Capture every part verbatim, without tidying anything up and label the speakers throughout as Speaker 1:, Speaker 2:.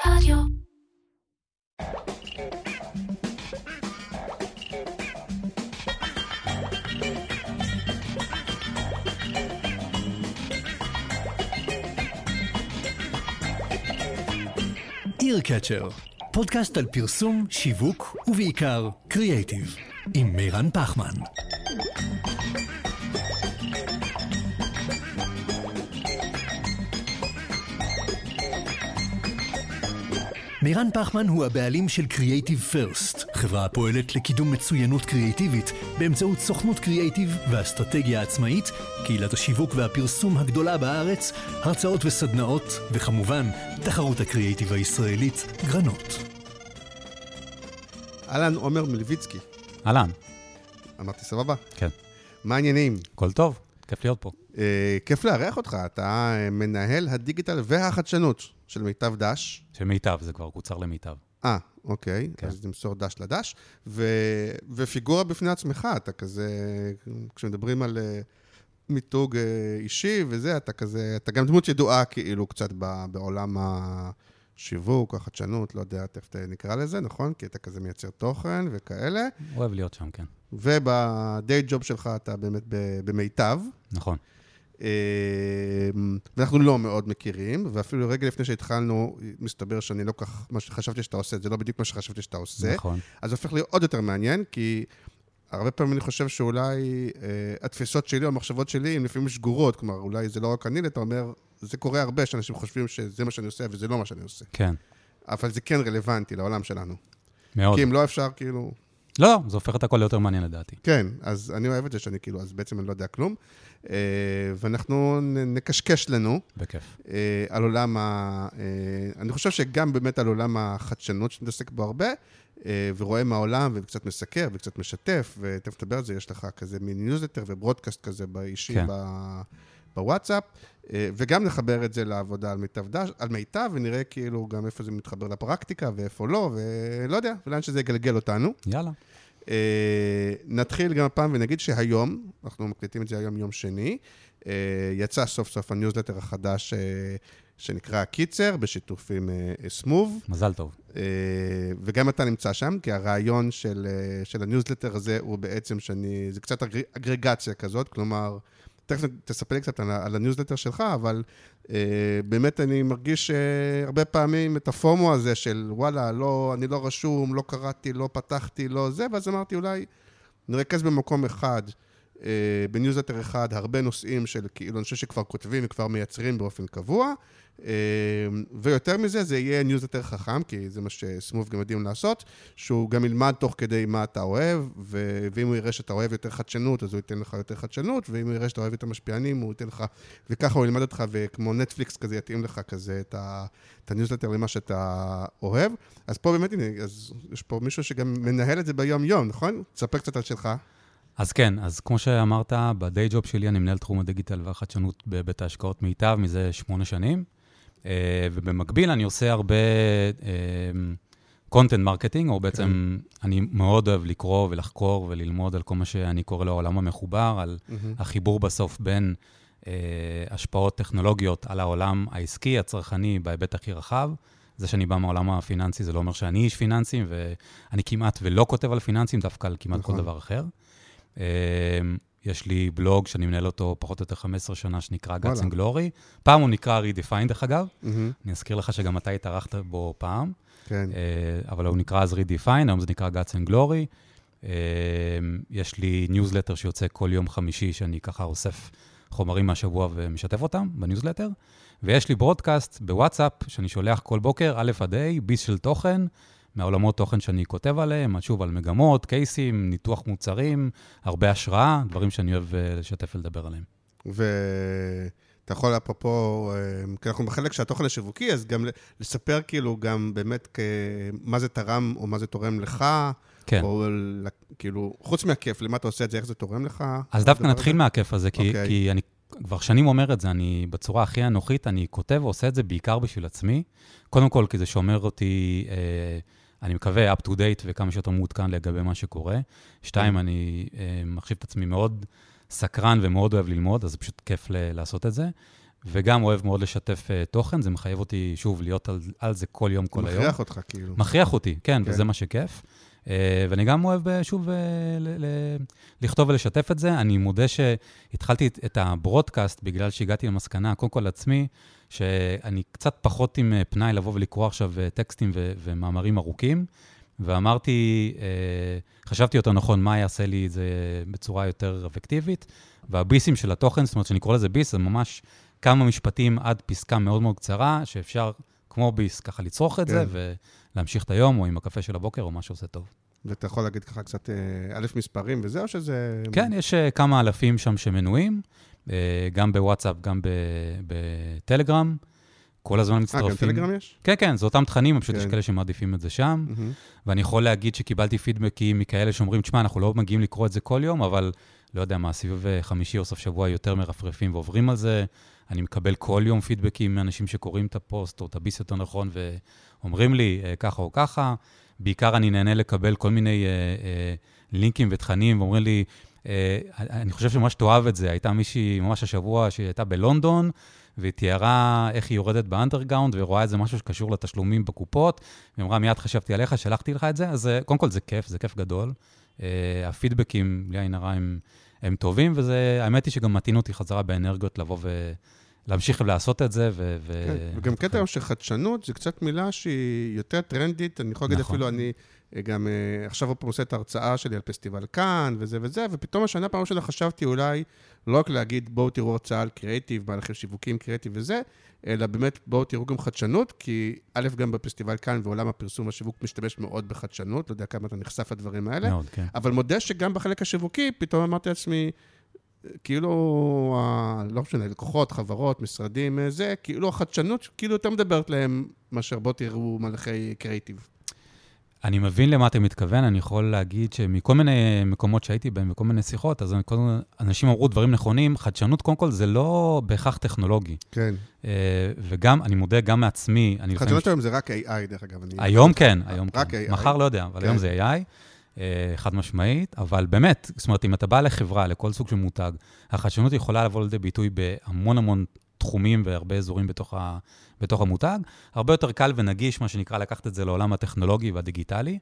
Speaker 1: רדיו.
Speaker 2: אירקצ'ר, פודקאסט על פרסום, שיווק ובעיקר קריאייטיב, עם מירן פחמן. מירן פחמן הוא הבעלים של קריאייטיב פירסט, חברה הפועלת לקידום מצוינות קריאייטיבית באמצעות סוכנות קריאייטיב ואסטרטגיה עצמאית, קהילת השיווק והפרסום הגדולה בארץ, הרצאות וסדנאות, וכמובן, תחרות הקריאייטיב הישראלית, גרנות.
Speaker 3: אלן עומר מלביצקי.
Speaker 4: אלן.
Speaker 3: אמרתי סבבה?
Speaker 4: כן.
Speaker 3: מה העניינים?
Speaker 4: הכל טוב, כיף להיות פה.
Speaker 3: אה, כיף לארח אותך, אתה מנהל הדיגיטל והחדשנות של מיטב דש.
Speaker 4: של מיטב, זה כבר קוצר למיטב.
Speaker 3: אה, אוקיי,
Speaker 4: כן.
Speaker 3: אז נמסור דש לדש. ו... ופיגורה בפני עצמך, אתה כזה, כשמדברים על מיתוג אישי וזה, אתה כזה, אתה גם דמות ידועה כאילו קצת בעולם השיווק, החדשנות, לא יודע, תכף נקרא לזה, נכון? כי אתה כזה מייצר תוכן וכאלה.
Speaker 4: אוהב להיות שם, כן.
Speaker 3: ובדיי ג'וב שלך אתה באמת במיטב.
Speaker 4: נכון.
Speaker 3: ואנחנו לא מאוד מכירים, ואפילו רגע לפני שהתחלנו, מסתבר שאני לא כך, מה שחשבתי שאתה עושה, זה לא בדיוק מה שחשבתי שאתה עושה.
Speaker 4: נכון.
Speaker 3: אז זה הופך לי עוד יותר מעניין, כי הרבה פעמים אני חושב שאולי התפיסות שלי או המחשבות שלי הן לפעמים שגורות, כלומר, אולי זה לא רק אני, אתה אומר, זה קורה הרבה שאנשים חושבים שזה מה שאני עושה, וזה לא מה שאני עושה.
Speaker 4: כן.
Speaker 3: אבל זה כן רלוונטי לעולם שלנו.
Speaker 4: מאוד.
Speaker 3: כי אם לא אפשר, כאילו...
Speaker 4: לא, זה הופך את הכל ליותר מעניין לדעתי.
Speaker 3: כן, אז אני אוהב את זה שאני כאילו, אז בעצם אני לא יודע כלום. ואנחנו נקשקש לנו.
Speaker 4: בכיף.
Speaker 3: על עולם ה... אני חושב שגם באמת על עולם החדשנות שנתעסק בו הרבה, ורואה מהעולם וקצת מסקר וקצת משתף, ותכף תדבר על זה, יש לך כזה מיני ניוזלטר וברודקאסט כזה באישי
Speaker 4: כן.
Speaker 3: בוואטסאפ, וגם נחבר את זה לעבודה על מיטב דש, על מיטב, ונראה כאילו גם איפה זה מתחבר לפרקטיקה ואיפה לא, ולא יודע, ולאן שזה יגלגל אותנו.
Speaker 4: יאללה.
Speaker 3: Uh, נתחיל גם הפעם ונגיד שהיום, אנחנו מקליטים את זה היום יום שני, uh, יצא סוף סוף הניוזלטר החדש uh, שנקרא קיצר, בשיתוף עם uh, סמוב.
Speaker 4: מזל טוב.
Speaker 3: Uh, וגם אתה נמצא שם, כי הרעיון של, uh, של הניוזלטר הזה הוא בעצם שאני, זה קצת אגרגציה כזאת, כלומר, תכף תספר לי קצת על, על הניוזלטר שלך, אבל uh, באמת אני מרגיש uh, הרבה פעמים את הפומו הזה של וואלה, לא, אני לא רשום, לא קראתי, לא פתחתי, לא זה, ואז אמרתי אולי נרכז במקום אחד, uh, בניוזלטר אחד, הרבה נושאים של כאילו, אני חושב שכבר כותבים וכבר מייצרים באופן קבוע, uh, ויותר מזה זה יהיה ניוזלטר חכם, כי זה מה שסמוב גם יודעים לעשות, שהוא גם ילמד תוך כדי מה אתה אוהב, ו- ואם הוא יראה שאתה אוהב יותר חדשנות, אז הוא ייתן לך יותר חדשנות, ואם הוא יראה שאתה אוהב יותר משפיענים, הוא ייתן לך, וככה הוא ילמד אותך, וכמו נטפליקס כזה יתאים לך כזה את, ה- את הניוזלטר למה שאתה אוהב. אז פה באמת, הנה, אז יש פה מישהו שגם מנהל את זה ביום יום, נכון? תספר קצת על שלך.
Speaker 4: אז כן, אז כמו שאמרת, בדיי ג'וב שלי אני מנהל תחום הדיגיטל והחדשנות בבית ההשקעות מיטב מזה שמונה שנים. ובמקביל אני עושה הרבה קונטנט מרקטינג, או בעצם אני מאוד אוהב לקרוא ולחקור וללמוד על כל מה שאני קורא לו העולם המחובר, על החיבור בסוף בין השפעות טכנולוגיות על העולם העסקי, הצרכני, בהיבט הכי רחב. זה שאני בא מהעולם הפיננסי, זה לא אומר שאני איש פיננסים, ואני כמעט ולא כותב על פיננסים, דווקא על כמעט כל דבר אחר. יש לי בלוג שאני מנהל אותו פחות או יותר חמש עשרה שנה, שנקרא Guts and Glory. פעם הוא נקרא Redefined, דרך אגב. אני אזכיר לך שגם אתה התארחת בו פעם.
Speaker 3: כן.
Speaker 4: אבל הוא נקרא אז Redefined, היום זה נקרא Guts and Glory. יש לי ניוזלטר שיוצא כל יום חמישי, שאני ככה אוסף חומרים מהשבוע ומשתף אותם בניוזלטר. ויש לי ברודקאסט בוואטסאפ, שאני שולח כל בוקר, א' עד ה', ביס של תוכן, מהעולמות תוכן שאני כותב עליהם, שוב על מגמות, קייסים, ניתוח מוצרים, הרבה השראה, דברים שאני אוהב לשתף ולדבר עליהם.
Speaker 3: ואתה יכול אפרופו, כי אנחנו בחלק שהתוכן השיווקי, אז גם לספר כאילו גם באמת מה זה תרם או מה זה תורם לך,
Speaker 4: כן.
Speaker 3: או כאילו, חוץ מהכיף, למה אתה עושה את זה, איך זה תורם לך?
Speaker 4: אז דווקא נתחיל מהכיף הזה, כי,
Speaker 3: okay.
Speaker 4: כי אני כבר שנים אומר את זה, אני בצורה הכי אנוכית, אני כותב ועושה את זה בעיקר בשביל עצמי, קודם כל כי זה שומר אותי, אה, אני מקווה, up to date וכמה שיותר מעודכן לגבי מה שקורה. שתיים, אני אה, מחשיב את עצמי מאוד סקרן ומאוד אוהב ללמוד, אז זה פשוט כיף ל- לעשות את זה. וגם אוהב מאוד לשתף uh, תוכן, זה מחייב אותי, שוב, להיות על, על זה כל יום, כל היום.
Speaker 3: מכריח אותך, כאילו.
Speaker 4: מכריח אותי, כן,
Speaker 3: כן.
Speaker 4: וזה מה שכיף. Uh, ואני גם אוהב, שוב, uh, ל- ל- לכתוב ולשתף את זה. אני מודה שהתחלתי את, את הברודקאסט, בגלל שהגעתי למסקנה, קודם כל לעצמי, שאני קצת פחות עם פנאי לבוא ולקרוא עכשיו טקסטים ו- ומאמרים ארוכים, ואמרתי, uh, חשבתי יותר נכון, מה יעשה לי את זה בצורה יותר אפקטיבית, והביסים של התוכן, זאת אומרת, שאני קורא לזה ביס, זה ממש כמה משפטים עד פסקה מאוד מאוד קצרה, שאפשר, כמו ביס, ככה לצרוך את
Speaker 3: כן.
Speaker 4: זה, ולהמשיך את היום, או עם הקפה של הבוקר, או מה שעושה טוב.
Speaker 3: ואתה יכול להגיד ככה קצת אה, אלף מספרים וזה, או שזה...
Speaker 4: כן, יש uh, כמה אלפים שם שמנויים, uh, גם בוואטסאפ, גם בטלגרם, כל הזמן מצטרפים.
Speaker 3: אה, גם טלגרם יש?
Speaker 4: כן, כן, זה אותם תכנים, פשוט
Speaker 3: כן.
Speaker 4: יש כאלה שמעדיפים את זה שם,
Speaker 3: Mm-hmm.
Speaker 4: ואני יכול להגיד שקיבלתי פידבקים מכאלה שאומרים, תשמע, אנחנו לא מגיעים לקרוא את זה כל יום, אבל לא יודע מה, סביב חמישי או סוף שבוע יותר מרפרפים ועוברים על זה. אני מקבל כל יום פידבקים מאנשים שקוראים את הפוסט, או את הביס יותר נכון, ואומרים לי ככה או ככה. בעיקר אני נהנה לקבל כל מיני אה, אה, לינקים ותכנים, ואומרים לי, אה, אני חושב שממש תאהב את זה. הייתה מישהי ממש השבוע שהייתה בלונדון, והיא תיארה איך היא יורדת באנדרגאונד, ורואה את זה משהו שקשור לתשלומים בקופות, והיא אמרה, מיד חשבתי עליך, שלחתי לך את זה, אז קודם כל זה כיף, זה כיף גדול. Uh, הפידבקים, בלי עין הרע, הם, הם טובים, וזה, האמת היא שגם מתאים אותי חזרה באנרגיות לבוא ולהמשיך לעשות את זה. ו, ו...
Speaker 3: כן, וגם קטע היום שחדשנות, זה קצת מילה שהיא יותר טרנדית, אני יכול להגיד נכון. אפילו, אני גם uh, עכשיו פה עושה את ההרצאה שלי על פסטיבל כאן, וזה וזה, ופתאום השנה פעם שלה חשבתי אולי, לא רק להגיד, בואו תראו הרצאה על קריאטיב, מהלכים שיווקים קריאטיב וזה, אלא באמת בואו תראו גם חדשנות, כי א' גם בפסטיבל כאן ועולם הפרסום והשיווק משתמש מאוד בחדשנות, לא יודע כמה אתה נחשף לדברים האלה,
Speaker 4: מאוד, כן.
Speaker 3: אבל מודה שגם בחלק השיווקי, פתאום אמרתי לעצמי, כאילו, לא משנה, לקוחות, חברות, משרדים, זה, כאילו החדשנות, כאילו יותר מדברת להם, מאשר בואו תראו מהלכי קריאטיב.
Speaker 4: אני מבין למה אתה מתכוון, אני יכול להגיד שמכל מיני מקומות שהייתי בהם, וכל מיני שיחות, אז אנשים אמרו דברים נכונים, חדשנות קודם כל זה לא בהכרח טכנולוגי.
Speaker 3: כן.
Speaker 4: וגם, אני מודה גם מעצמי.
Speaker 3: חדשנות היום זה רק איי איי, דרך אגב.
Speaker 4: היום כן, היום כן.
Speaker 3: רק איי איי.
Speaker 4: מחר לא יודע, אבל היום זה איי איי, חד משמעית, אבל באמת, זאת אומרת, אם אתה בא לחברה, לכל סוג של מותג, החדשנות יכולה לבוא לידי ביטוי בהמון המון תחומים והרבה אזורים בתוך ה... בתוך המותג, הרבה יותר קל ונגיש, מה שנקרא, לקחת את זה לעולם הטכנולוגי והדיגיטלי.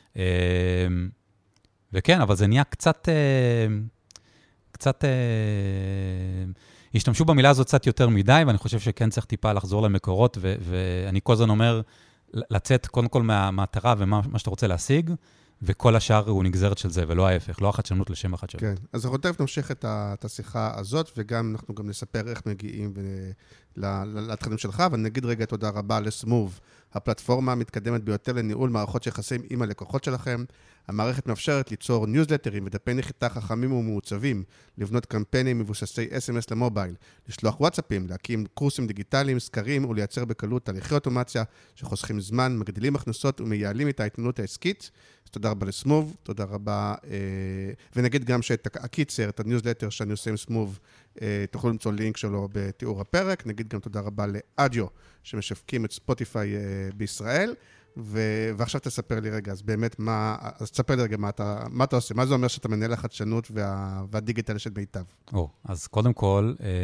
Speaker 4: וכן, אבל זה נהיה קצת, קצת, השתמשו במילה הזאת קצת יותר מדי, ואני חושב שכן צריך טיפה לחזור למקורות, ואני כל הזמן אומר, לצאת קודם כל מהמטרה ומה שאתה רוצה להשיג, וכל השאר הוא נגזרת של זה, ולא ההפך, לא החדשנות לשם החדשנות.
Speaker 3: כן, אז אנחנו תכף נמשיך את השיחה הזאת, וגם אנחנו גם נספר איך מגיעים לתכנים שלך, ונגיד רגע תודה רבה לסמוב, הפלטפורמה המתקדמת ביותר לניהול מערכות יחסים עם הלקוחות שלכם. המערכת מאפשרת ליצור ניוזלטרים ודפי נחיתה חכמים ומעוצבים, לבנות קמפיינים מבוססי אס אם אס למובייל, לשלוח וואטסאפים, להקים קורסים דיגיטליים, סקרים ולייצר בקלות תהליכי אוטומציה שחוסכים זמן, מגדילים הכנסות ומייעלים את ההתנהלות העסקית. אז תודה רבה לסמוב, תודה רבה, ונגיד גם שאת הקיצר, את הניוזלטר שאני עושה עם סמוב, תוכלו למצוא לינק שלו בתיאור הפרק. נגיד גם תודה רבה לאדיו, שמשווקים את ספוטיפיי בישראל. ו... ועכשיו תספר לי רגע, אז באמת מה, אז תספר לי רגע מה אתה, מה אתה עושה, מה זה אומר שאתה מנהל החדשנות וה... והדיגיטל של מיטב?
Speaker 4: או, אז קודם כל, אה,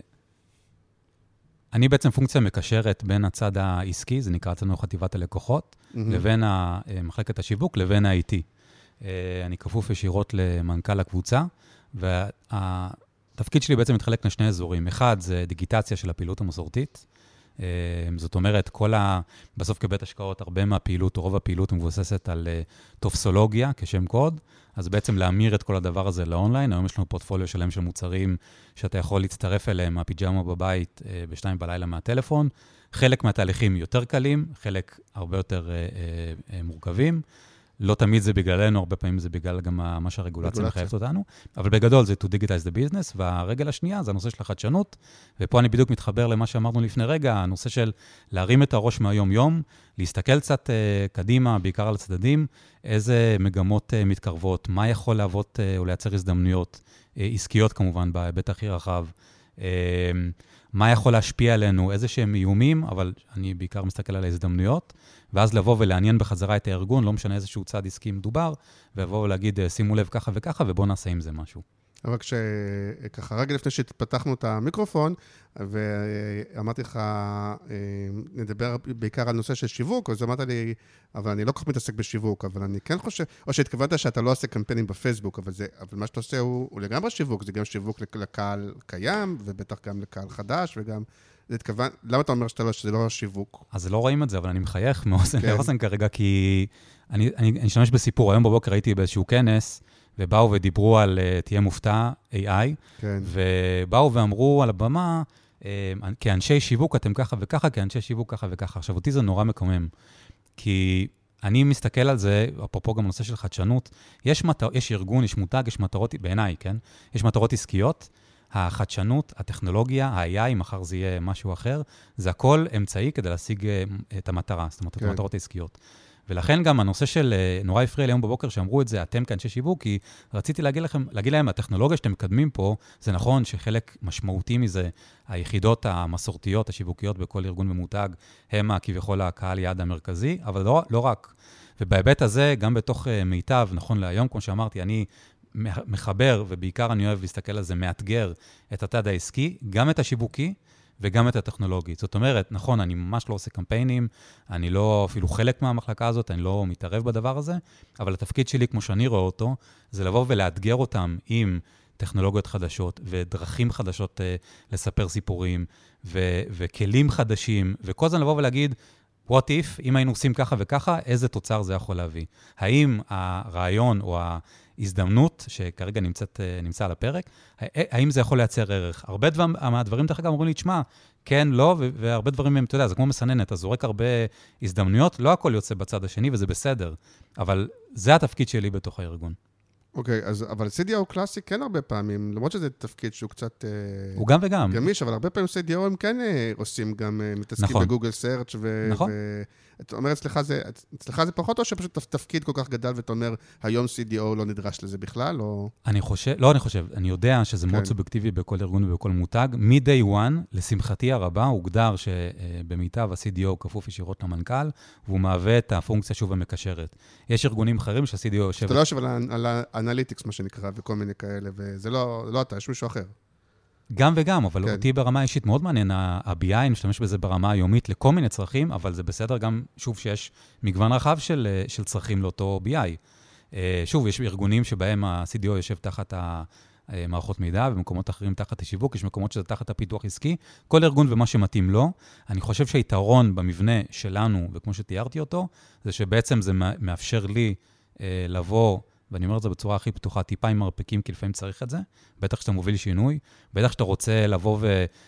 Speaker 4: אני בעצם פונקציה מקשרת בין הצד העסקי, זה נקרא אצלנו חטיבת הלקוחות, mm-hmm. לבין מחלקת השיווק, לבין ה-איי טי. אה, אני כפוף ישירות למנכ"ל הקבוצה, והתפקיד שלי בעצם מתחלק לשני אזורים. אחד, זה דיגיטציה של הפעילות המסורתית, זאת אומרת, כל ה... בסוף כבית השקעות, הרבה מהפעילות, או רוב הפעילות מבוססת על טופסולוגיה כשם קוד, אז בעצם להמיר את כל הדבר הזה לאונליין. היום יש לנו פורטפוליו שלם של מוצרים שאתה יכול להצטרף אליהם מהפיג'מה בבית בשתיים בלילה מהטלפון. חלק מהתהליכים יותר קלים, חלק הרבה יותר מורכבים. לא תמיד זה בגללנו, הרבה פעמים זה בגלל גם מה שהרגולציה מחייבת אותנו, אבל בגדול זה to digitize the business, והרגל השנייה זה הנושא של החדשנות, ופה אני בדיוק מתחבר למה שאמרנו לפני רגע, הנושא של להרים את הראש מהיום-יום, להסתכל קצת uh, קדימה, בעיקר על הצדדים, איזה מגמות uh, מתקרבות, מה יכול להוות uh, או לייצר הזדמנויות uh, עסקיות כמובן, בהיבט הכי רחב, uh, מה יכול להשפיע עלינו, איזה שהם איומים, אבל אני בעיקר מסתכל על ההזדמנויות, ואז לבוא ולעניין בחזרה את הארגון, לא משנה איזשהו צד עסקי מדובר, ולבוא ולהגיד, שימו לב ככה וככה, ובואו נעשה עם זה משהו.
Speaker 3: אבל כשככה רגע לפני שפתחנו את המיקרופון, ואמרתי לך, נדבר בעיקר על נושא של שיווק, אז אמרת לי, אבל אני לא כל כך מתעסק בשיווק, אבל אני כן חושב, או שהתכוונת שאתה לא עושה קמפיינים בפייסבוק, אבל, זה, אבל מה שאתה עושה הוא, הוא לגמרי שיווק, זה גם שיווק לקהל קיים, ובטח גם לקהל חדש, וגם, זה התכוון, למה אתה אומר שאתה לא, שזה לא שיווק?
Speaker 4: אז לא רואים את זה, אבל אני מחייך מאוזן לאוזן כרגע, כי אני, אני, אני אשתמש בסיפור, היום בבוקר הייתי באיזשהו כנס, ובאו ודיברו על תהיה מופתע, איי איי, כן. ובאו ואמרו על הבמה, כאנשי שיווק אתם ככה וככה, כאנשי שיווק ככה וככה. עכשיו, אותי זה נורא מקומם, כי אני מסתכל על זה, אפרופו גם נושא של חדשנות, יש, מטר, יש ארגון, יש מותג, יש מטרות, בעיניי, כן? יש מטרות עסקיות, החדשנות, הטכנולוגיה, ה-איי איי, מחר זה יהיה משהו אחר, זה הכל אמצעי כדי להשיג את המטרה, זאת אומרת, כן. את המטרות העסקיות. ולכן גם הנושא של, נורא הפריע לי היום בבוקר שאמרו את זה, אתם כאנשי שיווק, כי רציתי להגיד לכם, להגיד להם, הטכנולוגיה שאתם מקדמים פה, זה נכון שחלק משמעותי מזה, היחידות המסורתיות, השיווקיות בכל ארגון ומותג, הם כביכול הקהל יעד המרכזי, אבל לא, לא רק. ובהיבט הזה, גם בתוך מיטב, נכון להיום, כמו שאמרתי, אני מחבר, ובעיקר אני אוהב להסתכל על זה, מאתגר את הצד העסקי, גם את השיווקי, וגם את הטכנולוגית. זאת אומרת, נכון, אני ממש לא עושה קמפיינים, אני לא אפילו חלק מהמחלקה הזאת, אני לא מתערב בדבר הזה, אבל התפקיד שלי, כמו שאני רואה אותו, זה לבוא ולאתגר אותם עם טכנולוגיות חדשות, ודרכים חדשות uh, לספר סיפורים, ו- וכלים חדשים, וכל הזמן לבוא ולהגיד, what if, אם היינו עושים ככה וככה, איזה תוצר זה יכול להביא? האם הרעיון או ההזדמנות, שכרגע נמצאת, נמצא על הפרק, האם זה יכול לייצר ערך? הרבה דבר, מהדברים דרך אגב אומרים לי, תשמע, כן, לא, והרבה דברים, אתה יודע, זה כמו מסננת, אתה זורק הרבה הזדמנויות, לא הכל יוצא בצד השני, וזה בסדר. אבל זה התפקיד שלי בתוך הארגון.
Speaker 3: אוקיי, אז, אבל סי די או קלאסי כן הרבה פעמים, למרות שזה תפקיד שהוא קצת...
Speaker 4: הוא גם וגם.
Speaker 3: גמיש, אבל הרבה פעמים סי די או הם כן עושים גם, מתעסקים נכון. בגוגל סרצ' ו... נכון. ו... אתה אומר, אצלך זה, אצלך זה פחות, או שפשוט תפקיד כל כך גדל, ואתה אומר, היום סי די או לא נדרש לזה בכלל, או...
Speaker 4: אני חושב, לא אני חושב, אני יודע שזה כן. מאוד סובייקטיבי בכל ארגון ובכל מותג. מ-day one, לשמחתי הרבה, הוגדר שבמיטב ה-סי די או כפוף ישירות למנכ"ל, והוא מהווה את הפונקציה שוב המקשרת. יש ארגונים אחרים שה-סי די או יושב...
Speaker 3: אתה לא יושב על האנליטיקס, מה שנקרא, וכל מיני כאלה, וזה לא, לא אתה, יש מישהו אחר.
Speaker 4: גם וגם, אבל כן. אותי ברמה האישית מאוד מעניין, ה-בי איי, אני משתמש בזה ברמה היומית לכל מיני צרכים, אבל זה בסדר גם, שוב, שיש מגוון רחב של, של צרכים לאותו בי איי. שוב, יש ארגונים שבהם ה-סי די או יושב תחת המערכות מידע, ומקומות אחרים תחת השיווק, יש מקומות שזה תחת הפיתוח עסקי, כל ארגון ומה שמתאים לו. אני חושב שהיתרון במבנה שלנו, וכמו שתיארתי אותו, זה שבעצם זה מאפשר לי לבוא, ואני אומר את זה בצורה הכי פתוחה, טיפה עם מרפקים, כי לפעמים צריך את זה. בטח שאתה מוביל שינוי, בטח שאתה רוצה לבוא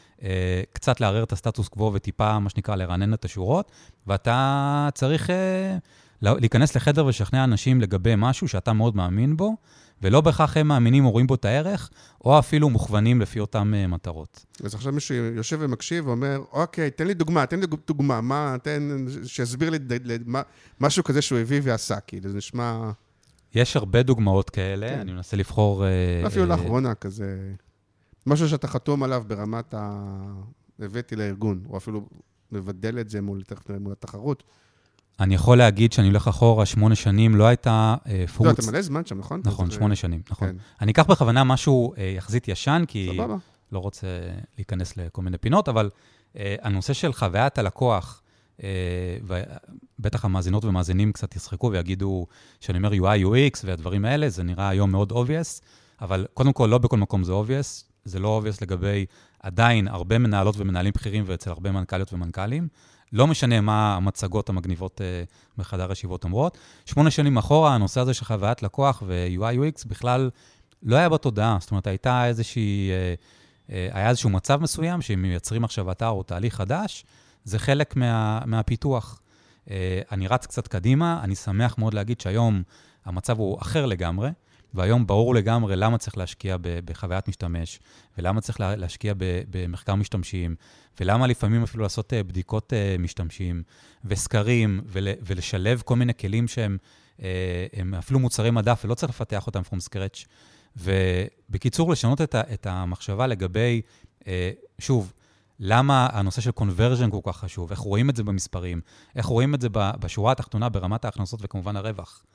Speaker 4: וקצת לערער את הסטטוס קוו, וטיפה, מה שנקרא, לרענן את השורות, ואתה צריך להיכנס לחדר ולשכנע אנשים לגבי משהו שאתה מאוד מאמין בו, ולא בכך הם מאמינים או רואים בו את הערך, או אפילו מוכוונים לפי אותם מטרות.
Speaker 3: אז עכשיו מישהו יושב ומקשיב ואומר, אוקיי, תן לי דוגמה, תן לי דוגמה, מה, תן, שיסביר לי משהו כזה שהוא הביא ועשה, כי זה נשמע...
Speaker 4: יש הרבה דוגמאות כאלה, אני מנסה לבחור...
Speaker 3: אפילו לאחרונה כזה, משהו שאתה חתום עליו ברמת ה... הבאתי לארגון, או אפילו מבדל את זה מול התחרות.
Speaker 4: אני יכול להגיד שאני הולך אחורה, שמונה שנים, לא הייתה פורץ...
Speaker 3: לא, אתה מלא זמן שם, נכון?
Speaker 4: נכון, שמונה שנים, נכון. אני אקח בכוונה משהו יחסית ישן, כי לא רוצה להיכנס לכל מיני פינות, אבל הנושא של חוויית הלקוח, ובטח המאזינות ומאזינים קצת ישחקו ויגידו שאני אומר יו איי, יו אקס והדברים האלה, זה נראה היום מאוד obvious, אבל קודם כל לא בכל מקום זה obvious, זה לא obvious לגבי עדיין הרבה מנהלות ומנהלים בכירים ואצל הרבה מנכ"ליות ומנכ"לים, לא משנה מה המצגות המגניבות בחדר הישיבות אומרות. שמונה שנים אחורה, הנושא הזה של חוויית לקוח ו-יו איי, יו אקס בכלל לא היה בתודעה, זאת אומרת הייתה איזושהי, היה איזשהו מצב מסוים שהם מייצרים עכשיו אתר או תהליך חדש, זה חלק מה, מהפיתוח. אני רץ קצת קדימה, אני שמח מאוד להגיד שהיום המצב הוא אחר לגמרי, והיום ברור לגמרי למה צריך להשקיע בחוויית משתמש, ולמה צריך להשקיע במחקר משתמשים, ולמה לפעמים אפילו לעשות בדיקות משתמשים, וסקרים, ולשלב כל מיני כלים שהם אפילו מוצרי מדף, ולא צריך לפתח אותם from scratch. ובקיצור, לשנות את המחשבה לגבי, שוב, למה הנושא של conversion כל כך חשוב, איך רואים את זה במספרים, איך רואים את זה בשורה התחתונה ברמת ההכנסות וכמובן הרווח.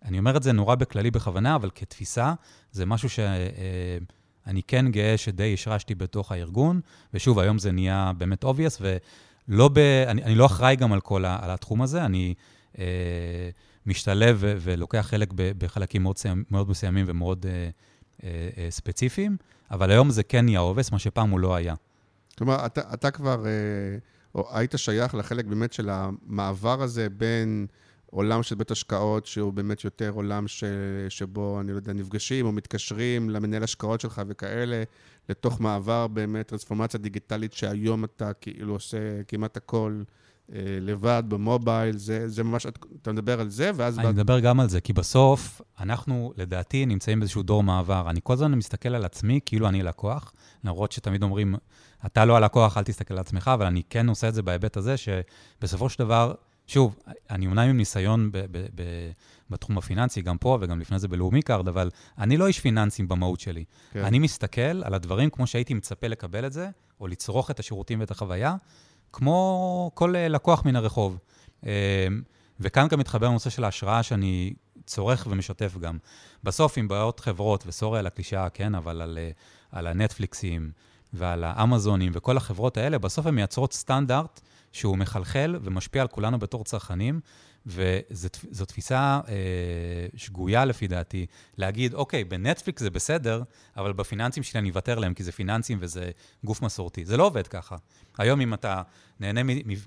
Speaker 4: אני אומר את זה נורא בכללי בכוונה, אבל כתפיסה, זה משהו שאני כן גאה שדי השרשתי בתוך הארגון, ושוב, היום זה נהיה באמת obvious, ולא ב... אני, אני לא אחראי גם על כל ה, על התחום הזה, אני אה, משתלב ו, ולוקח חלק ב, בחלקים מאוד, מאוד מסוימים ומאוד אה, אה, אה, ספציפיים, אבל היום זה כן נהיה obvious, מה שפעם הוא לא היה.
Speaker 3: כלומר, אתה, אתה כבר, אה, או היית שייך לחלק באמת של המעבר הזה בין עולם של בית השקעות, שהוא באמת יותר עולם ש, שבו, אני לא יודע, נפגשים או מתקשרים למנהל השקעות שלך וכאלה, לתוך מעבר באמת טרנספורמציה דיגיטלית, שהיום אתה כאילו עושה כמעט הכל אה, לבד במובייל, זה, זה ממש, אתה מדבר על זה, ואז...
Speaker 4: אני מדבר גם על זה, כי בסוף אנחנו, לדעתי, נמצאים באיזשהו דור מעבר. אני כל הזמן מסתכל על עצמי, כאילו אני לקוח, למרות שתמיד אומרים, אתה לא הלקוח, אל תסתכל על עצמך, אבל אני כן עושה את זה בהיבט הזה, שבסופו של דבר, שוב, אני אומנם עם ניסיון ב- ב- ב- בתחום הפיננסי, גם פה וגם לפני זה בלאומי קארד, אבל אני לא איש פיננסים במהות שלי. כן. אני מסתכל על הדברים כמו שהייתי מצפה לקבל את זה, או לצרוך את השירותים ואת החוויה, כמו כל לקוח מן הרחוב. וכאן גם מתחבר הנושא של ההשראה שאני צורך ומשתף גם. בסוף, עם בעיות חברות, וסורי על הקלישאה, כן, אבל על, על הנטפליקסים ועל האמזונים וכל החברות האלה, בסוף הן מייצרות סטנדרט שהוא מחלחל ומשפיע על כולנו בתור צרכנים, וזו תפיסה אה, שגויה לפי דעתי, להגיד, אוקיי, בנטפליקס זה בסדר, אבל בפיננסים שלי אני אוותר להם, כי זה פיננסים וזה גוף מסורתי. זה לא עובד ככה. היום אם אתה נהנה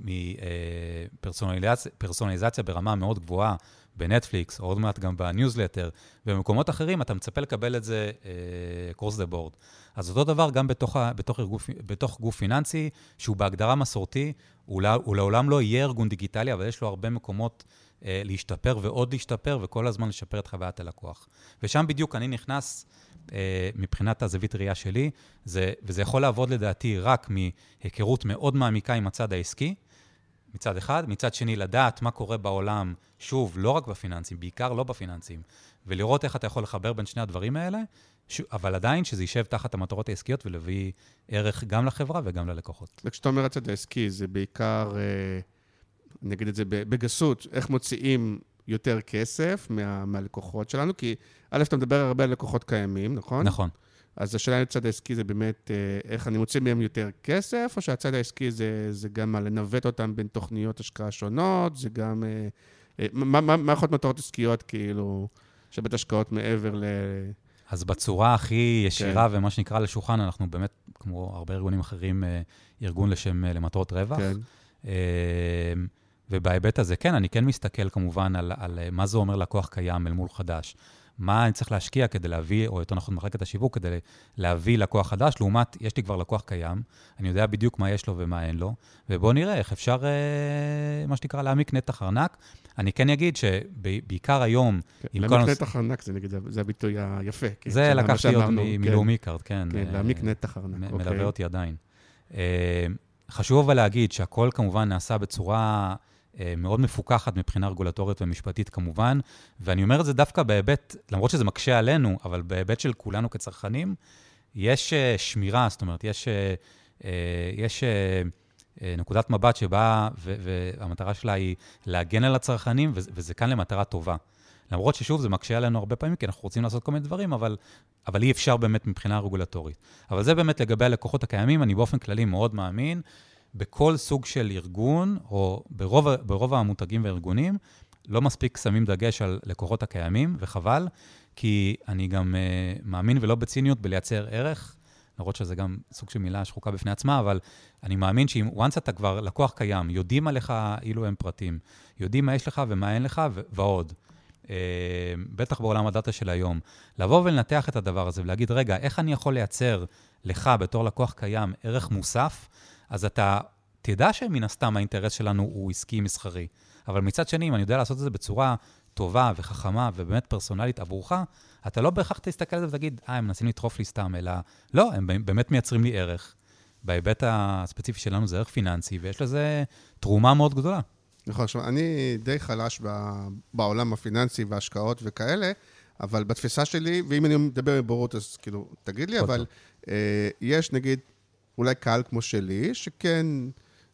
Speaker 4: מפרסונליזציה ברמה מאוד גבוהה, בנטפליקס, או עוד מעט גם בניוזלטר, ובמקומות אחרים, אתה מצפה לקבל את זה קרוס דה בורד. אז אותו דבר גם בתוך, בתוך, ארגוף, בתוך גוף פיננסי, שהוא בהגדרה מסורתי, הוא, הוא לעולם לא יהיה ארגון דיגיטלי, אבל יש לו הרבה מקומות אה, להשתפר ועוד להשתפר, וכל הזמן לשפר את חוויית הלקוח. ושם בדיוק אני נכנס, אה, מבחינת הזווית ראייה שלי, זה, וזה יכול לעבוד לדעתי רק מהיכרות מאוד מעמיקה עם הצד העסקי, מצד אחד, מצד שני לדעת מה קורה בעולם, שוב, לא רק בפיננסים, בעיקר לא בפיננסים, ולראות איך אתה יכול לחבר בין שני הדברים האלה, ש... אבל עדיין שזה יישב תחת המטרות העסקיות ולהביא ערך גם לחברה וגם ללקוחות.
Speaker 3: וכשאתה אומר הצד העסקי, זה בעיקר, נגיד את זה בגסות, איך מוציאים יותר כסף מה... מהלקוחות שלנו, כי א', אתה מדבר הרבה על לקוחות קיימים, נכון?
Speaker 4: נכון.
Speaker 3: אז השאלה הצד העסקי זה באמת איך אני מוציא מהם יותר כסף, או שהצד העסקי זה, זה גם לנווט אותם בין תוכניות השקעה שונות, זה גם, מה, מה, מה יכולות מטרות עסקיות כאילו, שבית השקעות מעבר ל...
Speaker 4: אז בצורה הכי ישירה, כן. ומה שנקרא לשולחן, אנחנו באמת, כמו הרבה ארגונים אחרים, ארגון לשם למטרות רווח. כן. ובהיבט הזה, כן, אני כן מסתכל כמובן על, על מה זה אומר לקוח קיים אל מול חדש. מה אני צריך להשקיע כדי להביא, או יותר נכון מחלקת השיווק, כדי להביא לקוח חדש, לעומת, יש לי כבר לקוח קיים, אני יודע בדיוק מה יש לו ומה אין לו, ובואו נראה איך אפשר, מה שתקרא, להעמיק נתח ארנק. אני כן אגיד שבעיקר היום...
Speaker 3: להעמיק נתח ארנק, זה נגיד, זה הביטוי היפה.
Speaker 4: זה לקחתי עוד מלאומי קארד, כן.
Speaker 3: כן, להעמיק נתח ארנק.
Speaker 4: מלווה אותי עדיין. חשוב אבל להגיד שהכל כמובן נעשה בצורה... מאוד מפוקחת מבחינה רגולטורית ומשפטית כמובן, ואני אומר את זה דווקא בהיבט, למרות שזה מקשה עלינו, אבל בהיבט של כולנו כצרכנים, יש שמירה, זאת אומרת, יש, יש נקודת מבט שבה, והמטרה שלה היא להגן על הצרכנים, וזה כאן למטרה טובה. למרות ששוב, זה מקשה עלינו הרבה פעמים, כי אנחנו רוצים לעשות כל מיני דברים, אבל, אבל אי אפשר באמת מבחינה רגולטורית. אבל זה באמת לגבי הלקוחות הקיימים, אני באופן כללי מאוד מאמין, בכל סוג של ארגון, או ברוב, ברוב המותגים והארגונים, לא מספיק שמים דגש על לקוחות הקיימים, וחבל, כי אני גם uh, מאמין ולא בציניות בלייצר ערך, למרות שזה גם סוג של מילה שחוקה בפני עצמה, אבל אני מאמין שאם once אתה כבר לקוח קיים, יודעים עליך אילו הם פרטים, יודעים מה יש לך ומה אין לך ו- ועוד. Uh, בטח בעולם הדאטה של היום, לבוא ולנתח את הדבר הזה ולהגיד, רגע, איך אני יכול לייצר לך בתור לקוח קיים ערך מוסף, אז אתה תדע שמן הסתם האינטרס שלנו הוא עסקי מסחרי. אבל מצד שני, אם אני יודע לעשות את זה בצורה טובה וחכמה ובאמת פרסונלית עבורך, אתה לא בהכרח תסתכל על זה ותגיד, אה, הם מנסים לדחוף לי סתם, אלא לא, הם באמת מייצרים לי ערך. בהיבט הספציפי שלנו זה ערך פיננסי, ויש לזה תרומה מאוד גדולה.
Speaker 3: נכון, עכשיו, אני די חלש בעולם הפיננסי וההשקעות וכאלה, אבל בתפיסה שלי, ואם אני מדבר בבורות, אז כאילו, תגיד לי, אבל אה, יש נגיד, אולי קהל כמו שלי, שכן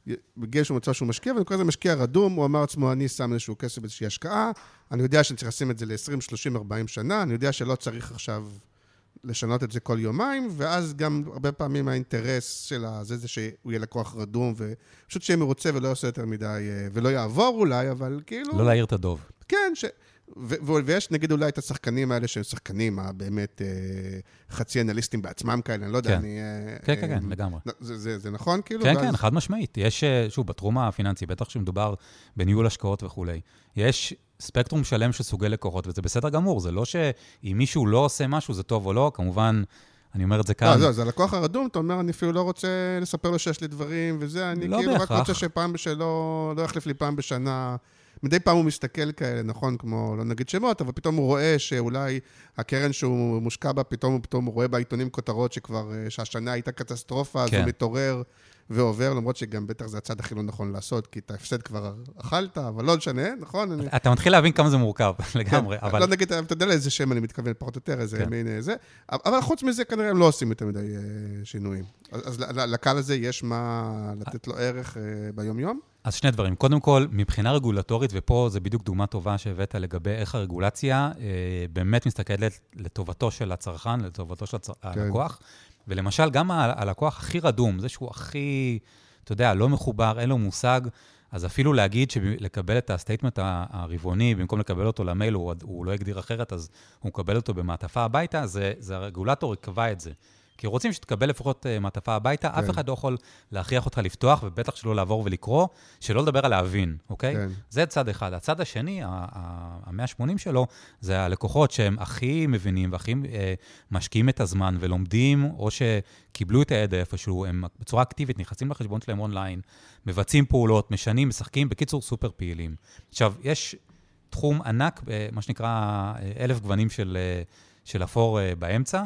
Speaker 3: בגיל שהוא מצא שהוא משקיע, ואני קורא לזה משקיע רדום, הוא אמר עצמו, אני שם איזשהו כסף באיזושהי השקעה, אני יודע שאני צריך לשים את זה ל-עשרים, שלושים, ארבעים שנה, אני יודע שלא צריך עכשיו לשנות את זה כל יומיים, ואז גם הרבה פעמים האינטרס של זה, זה שהוא יהיה לקוח רדום, ופשוט שיהיה מרוצה ולא יעשה יותר מדי, ולא יעבור אולי, אבל כאילו...
Speaker 4: לא להעיר את הדוב.
Speaker 3: כן, ש... ו- ויש נגיד אולי את השחקנים האלה שהם שחקנים, באמת אה, חצי אנליסטים בעצמם כאלה, אני לא יודע,
Speaker 4: כן.
Speaker 3: אני... אה,
Speaker 4: כן, כן,
Speaker 3: אה,
Speaker 4: כן, לגמרי.
Speaker 3: זה, זה, זה נכון כאילו?
Speaker 4: כן,
Speaker 3: ואז...
Speaker 4: כן, חד משמעית. יש, שוב, בתחום הפיננסי, בטח שמדובר בניהול השקעות וכולי, יש ספקטרום שלם של סוגי לקוחות, וזה בסדר גמור, זה לא שאם מישהו לא עושה משהו, זה טוב או לא, כמובן, אני אומר את זה כאן.
Speaker 3: לא, זה, זה הלקוח הרדום, אתה אומר, אני אפילו לא רוצה לספר לו שיש לי דברים, וזה, אני
Speaker 4: לא
Speaker 3: כאילו
Speaker 4: בהכרח.
Speaker 3: רק רוצה שפעם בשלו, לא יחליף לי פעם בשנה... מדי פעם הוא מסתכל כאלה, נכון, כמו, לא נגיד שמות, אבל פתאום הוא רואה שאולי הקרן שהוא מושקע בה, פתאום, פתאום הוא רואה בעיתונים כותרות שכבר, שהשנה הייתה קטסטרופה, כן. אז הוא מתעורר ועובר, למרות שגם בטח זה הצד הכי לא נכון לעשות, כי את ההפסד כבר אכלת, אבל לא משנה, נכון? אני...
Speaker 4: אתה מתחיל להבין כמה זה מורכב, לגמרי,
Speaker 3: כן,
Speaker 4: אבל...
Speaker 3: לא נגיד, אתה יודע לאיזה שם אני מתכוון, פחות או יותר, איזה כן. מין זה, אבל חוץ מזה כנראה הם לא עושים יותר מדי שינויים. אז לקהל הזה יש מה לתת לו ערך ביום-יום?
Speaker 4: אז שני דברים. קודם כל, מבחינה רגולטורית, ופה זה בדיוק דוגמה טובה שהבאת לגבי איך הרגולציה אה, באמת מסתכלת לטובתו של הצרכן, לטובתו של הצר... כן. הלקוח. ולמשל, גם ה- הלקוח הכי רדום, זה שהוא הכי, אתה יודע, לא מחובר, אין לו מושג, אז אפילו להגיד שלקבל את הסטייטמנט הרבעוני, במקום לקבל אותו למייל, הוא, הוא לא יגדיר אחרת, אז הוא מקבל אותו במעטפה הביתה, זה, זה הרגולטור יקבע את זה. כי רוצים שתקבל לפחות מעטפה הביתה, כן. אף אחד לא יכול להכריח אותך לפתוח, ובטח שלא לעבור ולקרוא, שלא לדבר על להבין, אוקיי? כן. זה צד אחד. הצד השני, ה-מאה ושמונים שלו, זה הלקוחות שהם הכי מבינים, והכי אה, משקיעים את הזמן, ולומדים, או שקיבלו את הידע איפשהו, הם בצורה אקטיבית, נכנסים לחשבון שלהם אונליין, מבצעים פעולות, משנים, משחקים, בקיצור סופר פעילים. עכשיו, יש תחום ענק, מה שנקרא אלף גוונים של, של אפור באמצע,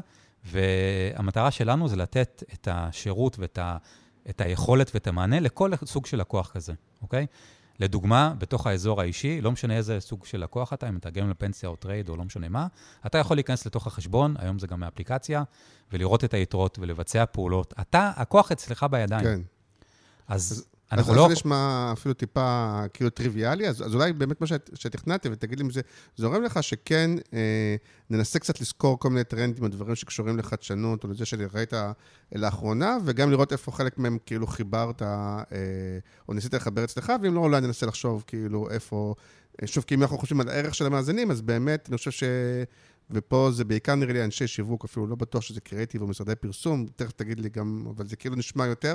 Speaker 4: והמטרה שלנו זה לתת את השירות ואת ה, את היכולת ואת המענה לכל סוג של לקוח כזה, אוקיי? לדוגמה, בתוך האזור האישי, לא משנה איזה סוג של לקוח אתה, אם אתה גם לפנסיה או טרייד או לא משנה מה, אתה יכול להיכנס לתוך החשבון, היום זה גם מאפליקציה, ולראות את היתרות ולבצע פעולות. אתה, הכוח אצלך בידיים.
Speaker 3: כן.
Speaker 4: אז...
Speaker 3: אז...
Speaker 4: אנחנו
Speaker 3: אז
Speaker 4: לא...
Speaker 3: אז יש מה אפילו טיפה כאילו טריוויאלי, אז, אז אולי באמת מה שת, שתכנתי, ותגיד לי אם זה זורם לך שכן אה, ננסה קצת לזכור כל מיני טרנדים או דברים שקשורים לחדשנות, או לזה שראית לאחרונה, וגם לראות איפה חלק מהם כאילו חיברת, אה, או ניסית לחבר אצלך, ואם לא, אולי ננסה לחשוב כאילו איפה, שוב, כי אם אנחנו חושבים על הערך של המאזינים, אז באמת אני חושב ש... ופה זה בעיקר נראה לי אנשי שיווק, אפילו לא בטוח שזה קריאטיב או משרדי פרסום, תכף תגיד לי גם, אבל זה כאילו נשמע יותר.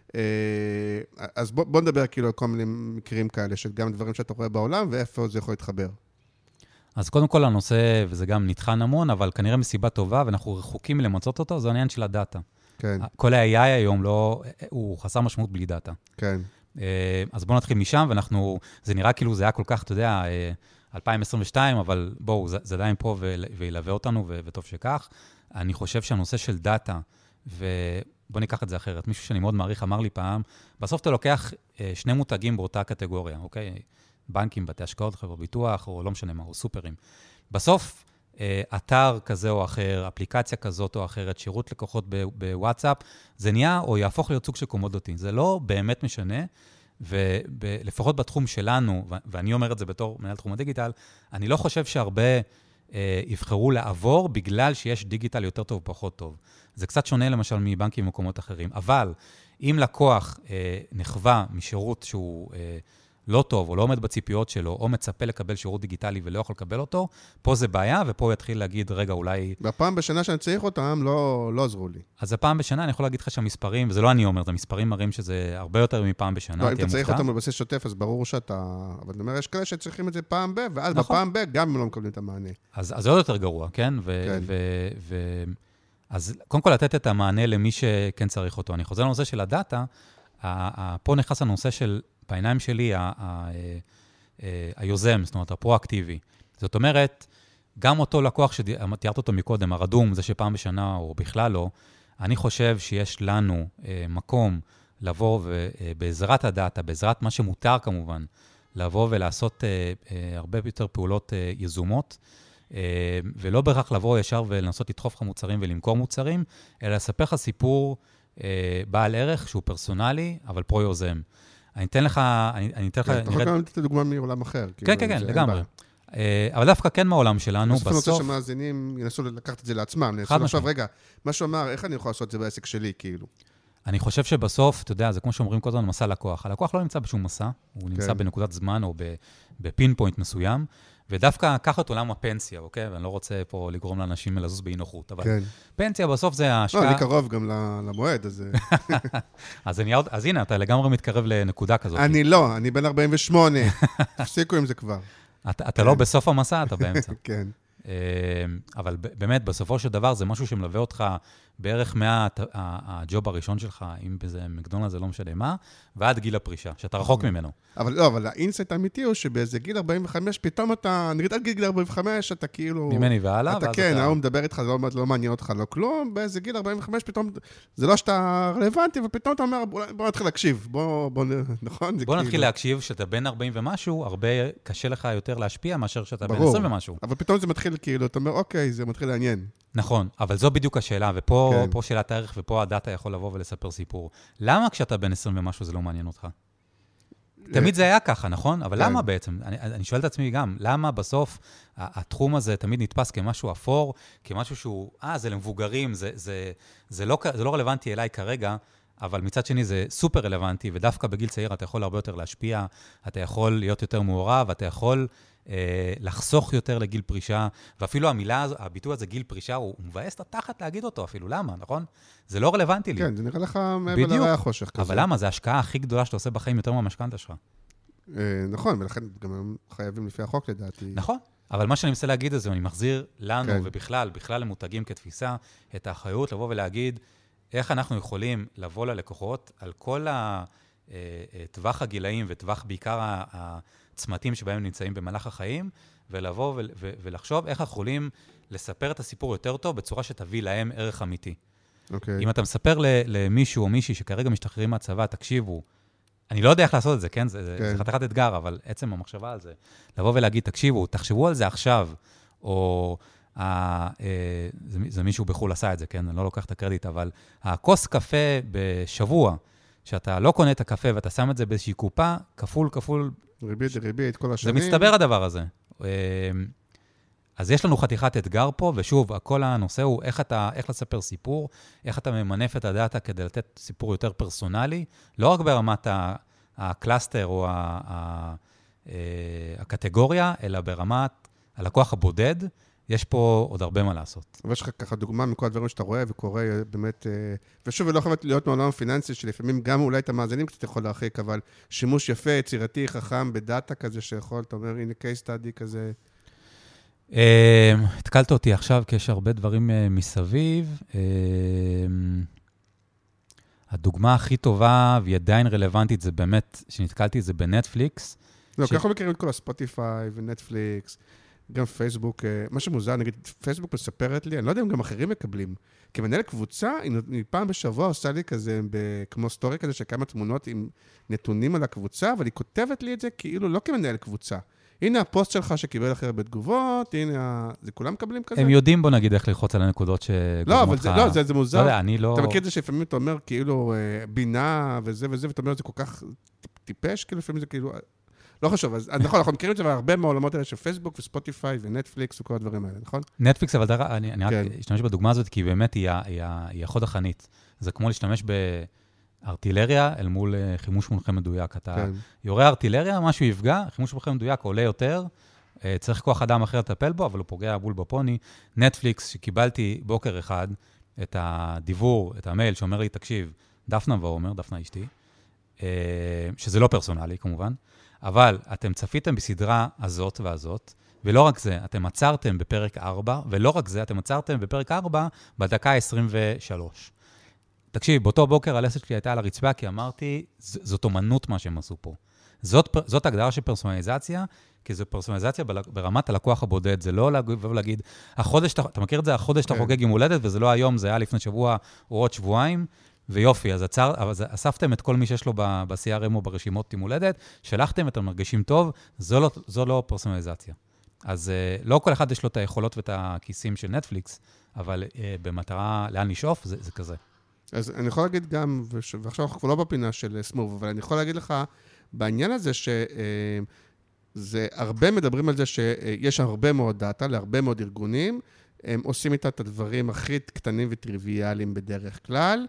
Speaker 3: אז בוא, בוא נדבר כאילו על כל מיני מקרים כאלה, של גם דברים שאתה רואה בעולם, ואיפה זה יכול להתחבר.
Speaker 4: אז קודם כל הנושא, וזה גם נטחן המון, אבל כנראה מסיבה טובה, ואנחנו רחוקים למצות אותו, זה העניין של הדאטה.
Speaker 3: כן.
Speaker 4: כל ה-איי איי היום לא, הוא חסר משמעות בלי דאטה.
Speaker 3: כן.
Speaker 4: אז בואו נתחיל משם, ואנחנו, זה נראה כאילו זה היה כל כך, אתה יודע, אלפיים עשרים ושתיים, אבל בואו, זה, זה עדיין פה וילווה אותנו, וטוב שכך. אני חושב שהנושא של דאטה, ובוא ניקח את זה אחרת. מישהו שאני מאוד מעריך אמר לי פעם, בסוף אתה לוקח שני מותגים באותה קטגוריה, אוקיי? בנקים, בתי השקעות, חברה ביטוח, או לא משנה מה, או סופרים. בסוף, אתר כזה או אחר, אפליקציה כזאת או אחרת, שירות לקוחות בוואטסאפ, זה נהיה או יהפוך להיות סוג של קומודוטי. זה לא באמת משנה, ולפחות בתחום שלנו, ואני אומר את זה בתור מנהל תחום הדיגיטל, אני לא חושב שהרבה אה, יבחרו לעבור בגלל שיש דיגיטל יותר טוב או פחות טוב. זה קצת שונה למשל מבנקים ומקומות אחרים, אבל אם לקוח אה, נחווה משירות שהוא אה, לא טוב או לא עומד בציפיות שלו, או מצפה לקבל שירות דיגיטלי ולא יכול לקבל אותו, פה זה בעיה, ופה הוא יתחיל להגיד, רגע, אולי...
Speaker 3: והפעם בשנה שאני צריך אותם, לא, לא עזרו לי.
Speaker 4: אז הפעם בשנה, אני יכול להגיד לך שהמספרים, וזה לא אני אומר, זה המספרים מראים שזה הרבה יותר מפעם בשנה.
Speaker 3: לא, אם אתה צריך אותם בבסיס שוטף, אז ברור שאתה... אבל אני אומר, יש כאלה שצריכים את זה פעם ב, ואז נכון. בפעם ב, גם הם לא מקבלים את המענה.
Speaker 4: אז, אז זה עוד יותר גרוע, כן? ו- כן. ו- ו- אז קודם כל לתת את המענה למי שכן צריך אותו. אני חוזר לנושא של הדאטה, פה נכנס הנושא של, בעיניים שלי, היוזם, זאת אומרת, הפרואקטיבי. זאת אומרת, גם אותו לקוח שתיארת אותו מקודם, הרדום, זה שפעם בשנה או בכלל לא, אני חושב שיש לנו מקום לבוא ובעזרת הדאטה, בעזרת מה שמותר כמובן, לבוא ולעשות הרבה יותר פעולות יזומות, ולא בהכרח לבוא ישר ולנסות לדחוף לך מוצרים ולמכור מוצרים, אלא לספר לך סיפור בעל ערך שהוא פרסונלי, אבל פרו-יוזם. אני אתן לך... אני אתן לך...
Speaker 3: אתה יכול גם לתת דוגמה מעולם אחר.
Speaker 4: כן, כן, כן, לגמרי. אבל דווקא כן מהעולם שלנו, בסוף...
Speaker 3: בסוף אני רוצה שמאזינים ינסו לקחת את זה לעצמם. אני אנסו לחשוב, רגע, מה שהוא אמר, איך אני יכול לעשות את זה בעסק שלי, כאילו?
Speaker 4: אני חושב שבסוף, אתה יודע, זה כמו שאומרים כל הזמן, מסע לקוח. הלקוח לא נמצא בשום מסע, הוא נמצא בנקודת זמן או בפינפוינט מסוים, ודווקא קח את עולם הפנסיה, אוקיי? ואני לא רוצה פה לגרום לאנשים לזוז באי נוחות, אבל פנסיה בסוף זה ההשקעה...
Speaker 3: לא, אני קרוב גם למועד, אז...
Speaker 4: אז הנה, אתה לגמרי מתקרב לנקודה כזאת.
Speaker 3: אני לא, אני בן ארבעים ושמונה. תפסיקו עם זה כבר.
Speaker 4: אתה לא בסוף המסע, אתה באמצע.
Speaker 3: כן.
Speaker 4: אבל באמת, בסופו של דבר, זה משהו שמלווה אותך בערך מהג'וב הראשון שלך, אם זה מקדונלדס, זה לא משנה מה, ועד גיל הפרישה, שאתה רחוק ממנו.
Speaker 3: אבל לא, אבל האינסייט האמיתי הוא שבאיזה גיל ארבעים וחמש, פתאום אתה, נגיד עד גיל ארבעים וחמש, אתה כאילו...
Speaker 4: ממני והלאה,
Speaker 3: אתה כן, הוא מדבר איתך, זה לא מעניין אותך, לא כלום, באיזה גיל ארבעים וחמש, פתאום, זה לא שאתה רלוונטי, ופתאום אתה אומר, בוא נתחיל להקשיב, בוא, בוא, נכון?
Speaker 4: בוא נתחיל להקשיב, שאתה בין ארבעים ומשהו, הרבה קשה לך יותר להשפיע מאשר שאתה בין עשרים ומשהו.
Speaker 3: אבל פתאום זה מתחיל כאילו, אתה אומר, אוקיי, זה מתחיל לעניין.
Speaker 4: נכון, אבל זו בדיוק השאלה, ופה כן. פה שאלת הערך, ופה הדאטה יכול לבוא ולספר סיפור. למה כשאתה בין עשרים ומשהו זה לא מעניין אותך? תמיד זה היה ככה, נכון? אבל כן. למה בעצם? אני, אני שואל את עצמי גם, למה בסוף התחום הזה תמיד נתפס כמשהו אפור, כמשהו שהוא, אה, זה למבוגרים, זה, זה, זה, לא, זה לא רלוונטי אליי כרגע, אבל מצד שני זה סופר רלוונטי, ודווקא בגיל צעיר אתה יכול הרבה יותר להשפיע, אתה יכול להיות יותר מעורב, אתה יכול אה, לחסוך יותר לגיל פרישה, ואפילו המילה, הביטוי הזה, גיל פרישה, הוא מבאס את התחת להגיד אותו אפילו, למה, נכון? זה לא רלוונטי לי.
Speaker 3: כן, זה נראה לך מעבר לרעי החושך כזה.
Speaker 4: אבל למה? זה ההשקעה הכי גדולה שאתה עושה בחיים יותר מהמשכנתה שלך.
Speaker 3: אה, נכון, ולכן גם הם חייבים לפי החוק לדעתי.
Speaker 4: נכון. אבל מה שאני מנסה להגיד זה, אני מחזיר לנו כן. ובכלל, בכלל למותגים כתפיסה, את האחריות לבוא ולהגיד, איך אנחנו יכולים לבוא ללקוחות על כל הטווח הגילאים וטווח בעיקר הצמתים שבהם נמצאים במהלך החיים, ולבוא ולחשוב איך אנחנו יכולים לספר את הסיפור יותר טוב בצורה שתביא להם ערך אמיתי.
Speaker 3: Okay.
Speaker 4: אם אתה מספר למישהו או מישהי שכרגע משתחררים מהצבא, תקשיבו, אני לא יודע איך לעשות את זה, כן? זה, כן. זה חתיכת אתגר, אבל עצם המחשבה על זה, לבוא ולהגיד, תקשיבו, תחשבו על זה עכשיו, או... זה, זה מישהו בחול עשה את זה, כן? אני לא לוקח את הקרדיט, אבל הכוס קפה בשבוע, שאתה לא קונה את הקפה ואתה שם את זה באיזושהי קופה, כפול, כפול...
Speaker 3: ריבית, ריבית, כל השנים.
Speaker 4: זה מצטבר הדבר הזה. אז יש לנו חתיכת אתגר פה, ושוב, כל הנושא הוא איך אתה, איך לספר סיפור, איך אתה ממנף את הדאטה כדי לתת סיפור יותר פרסונלי, לא רק ברמת הקלאסטר או הקטגוריה, אלא ברמת הלקוח הבודד, יש פה עוד הרבה מה לעשות.
Speaker 3: אבל יש לך ככה דוגמה מכל הדברים שאתה רואה וקורא באמת, ושוב, לא חייבת להיות מעולם פיננסי, שלפעמים גם אולי את המאזינים קצת יכול להרחיק, אבל שימוש יפה, יצירתי, חכם, בדאטה כזה שיכול, אתה אומר, הנה case study כזה.
Speaker 4: התקלת אותי עכשיו, כי יש הרבה דברים מסביב. הדוגמה הכי טובה, והיא עדיין רלוונטית, זה באמת, שנתקלתי, זה בנטפליקס.
Speaker 3: לא, ככה מכירים את כל הספוטיפיי ונטפליקס, גם פייסבוק, מה שמוזר, נגיד, פייסבוק מספרת לי, אני לא יודע אם גם אחרים מקבלים, כמנהל קבוצה, היא פעם בשבוע עושה לי כזה, כמו סטורי כזה, שכמה תמונות עם נתונים על הקבוצה, אבל היא כותבת לי את זה כאילו לא כמנהל קבוצה. הנה הפוסט שלך שקיבל אחר בתגובות, הנה, זה כולם מקבלים כזה?
Speaker 4: הם יודעים, בוא נגיד, איך ללחוץ על הנקודות שגורמות לך...
Speaker 3: לא, אבל זה, לא, זה, זה מוזר.
Speaker 4: לא, אני לא...
Speaker 3: אתה מכיר את זה שלפעמים אתה אומר, כאילו, בינה וזה וזה, ואתה אומר, זה כל כך טיפש, כאילו, לפעמים זה כאילו... לא חשוב, אז נכון, אנחנו מכירים את זה בהרבה מהעולמות האלה של פייסבוק וספוטיפיי ונטפליקס וכל הדברים האלה, נכון?
Speaker 4: נטפליקס, אבל דרך, אני, אני כן. רק אשתמש בדוגמה הזאת, כי באמת היא, היא, היא החוד החנית. זה כמו להשתמש בארטילריה אל מול חימוש מונחה מדויק. אתה כן. יורה ארטילריה, משהו יפגע, חימוש מונחה מדויק עולה יותר, צריך כוח אדם אחר לטפל בו, אבל הוא פוגע בול בפוני. נטפליקס, שקיבלתי בוקר אחד את הדיבור, את המייל, שאומר לי, תקשיב, דפנה ואומר, דפנה אשתי, שזה לא פרסונלי, כמובן, אבל אתם צפיתם בסדרה הזאת והזאת, ולא רק זה, אתם עצרתם בפרק ארבע, ולא רק זה, עצרתם עצרתם בפרק ארבע בדקה עשרים ושלוש. תקשיב, באותו בוקר הלסת שלי הייתה על הרצפה, כי אמרתי, זאת אומנות מה שהם עשו פה. זאת, זאת הגדרה של פרסונליזציה, כי זו פרסונליזציה ברמת הלקוח הבודד, זה לא להגיד, החודש, אתה מכיר את זה? החודש אתה חוגג עם הולדת, וזה לא היום, זה היה לפני שבוע או עוד שבועיים, ויופי, אז, עצר, אז אספתם את כל מי שיש לו ב-סי אר אם או ברשימות עם הולדת, שלחתם, אתם מרגישים טוב, זו לא, זו לא פרסונליזציה. אז לא כל אחד יש לו את היכולות ואת הכיסים של נטפליקס, אבל במטרה לאן לשאוף, זה, זה כזה.
Speaker 3: אז אני יכול להגיד גם, ועכשיו אנחנו כבר לא בפינה של סמוב, אבל אני יכול להגיד לך בעניין הזה שזה הרבה מדברים על זה שיש הרבה מאוד דאטה להרבה מאוד ארגונים, הם עושים איתה את הדברים הכי קטנים וטריוויאליים בדרך כלל,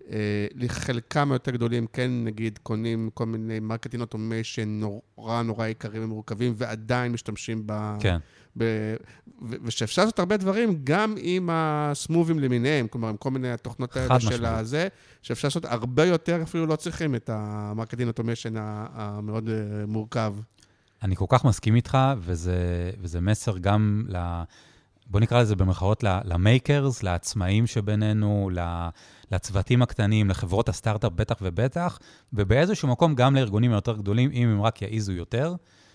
Speaker 3: לחלקם יותר גדולים, כן נגיד קונים כל מיני מרקטינג אוטומיישן נורא נורא יקרים ומורכבים, ועדיין משתמשים ב...
Speaker 4: כן.
Speaker 3: ב... ו... ושאפשר לעשות הרבה דברים, גם עם הסמובים למיניהם, כלומר, עם כל מיני התוכנות האלה של הזה, שאפשר לעשות הרבה יותר, אפילו לא צריכים את המרקטינג אוטומיישן המאוד מורכב.
Speaker 4: אני כל כך מסכים איתך, וזה, וזה מסר גם ל... בוא נקרא לזה במרכאות למייקרס, לעצמאים שבינינו, לצוותים הקטנים, לחברות הסטארט-אפ בטח ובטח, ובאיזשהו מקום גם לארגונים יותר גדולים, אם הם רק יעיזו יותר,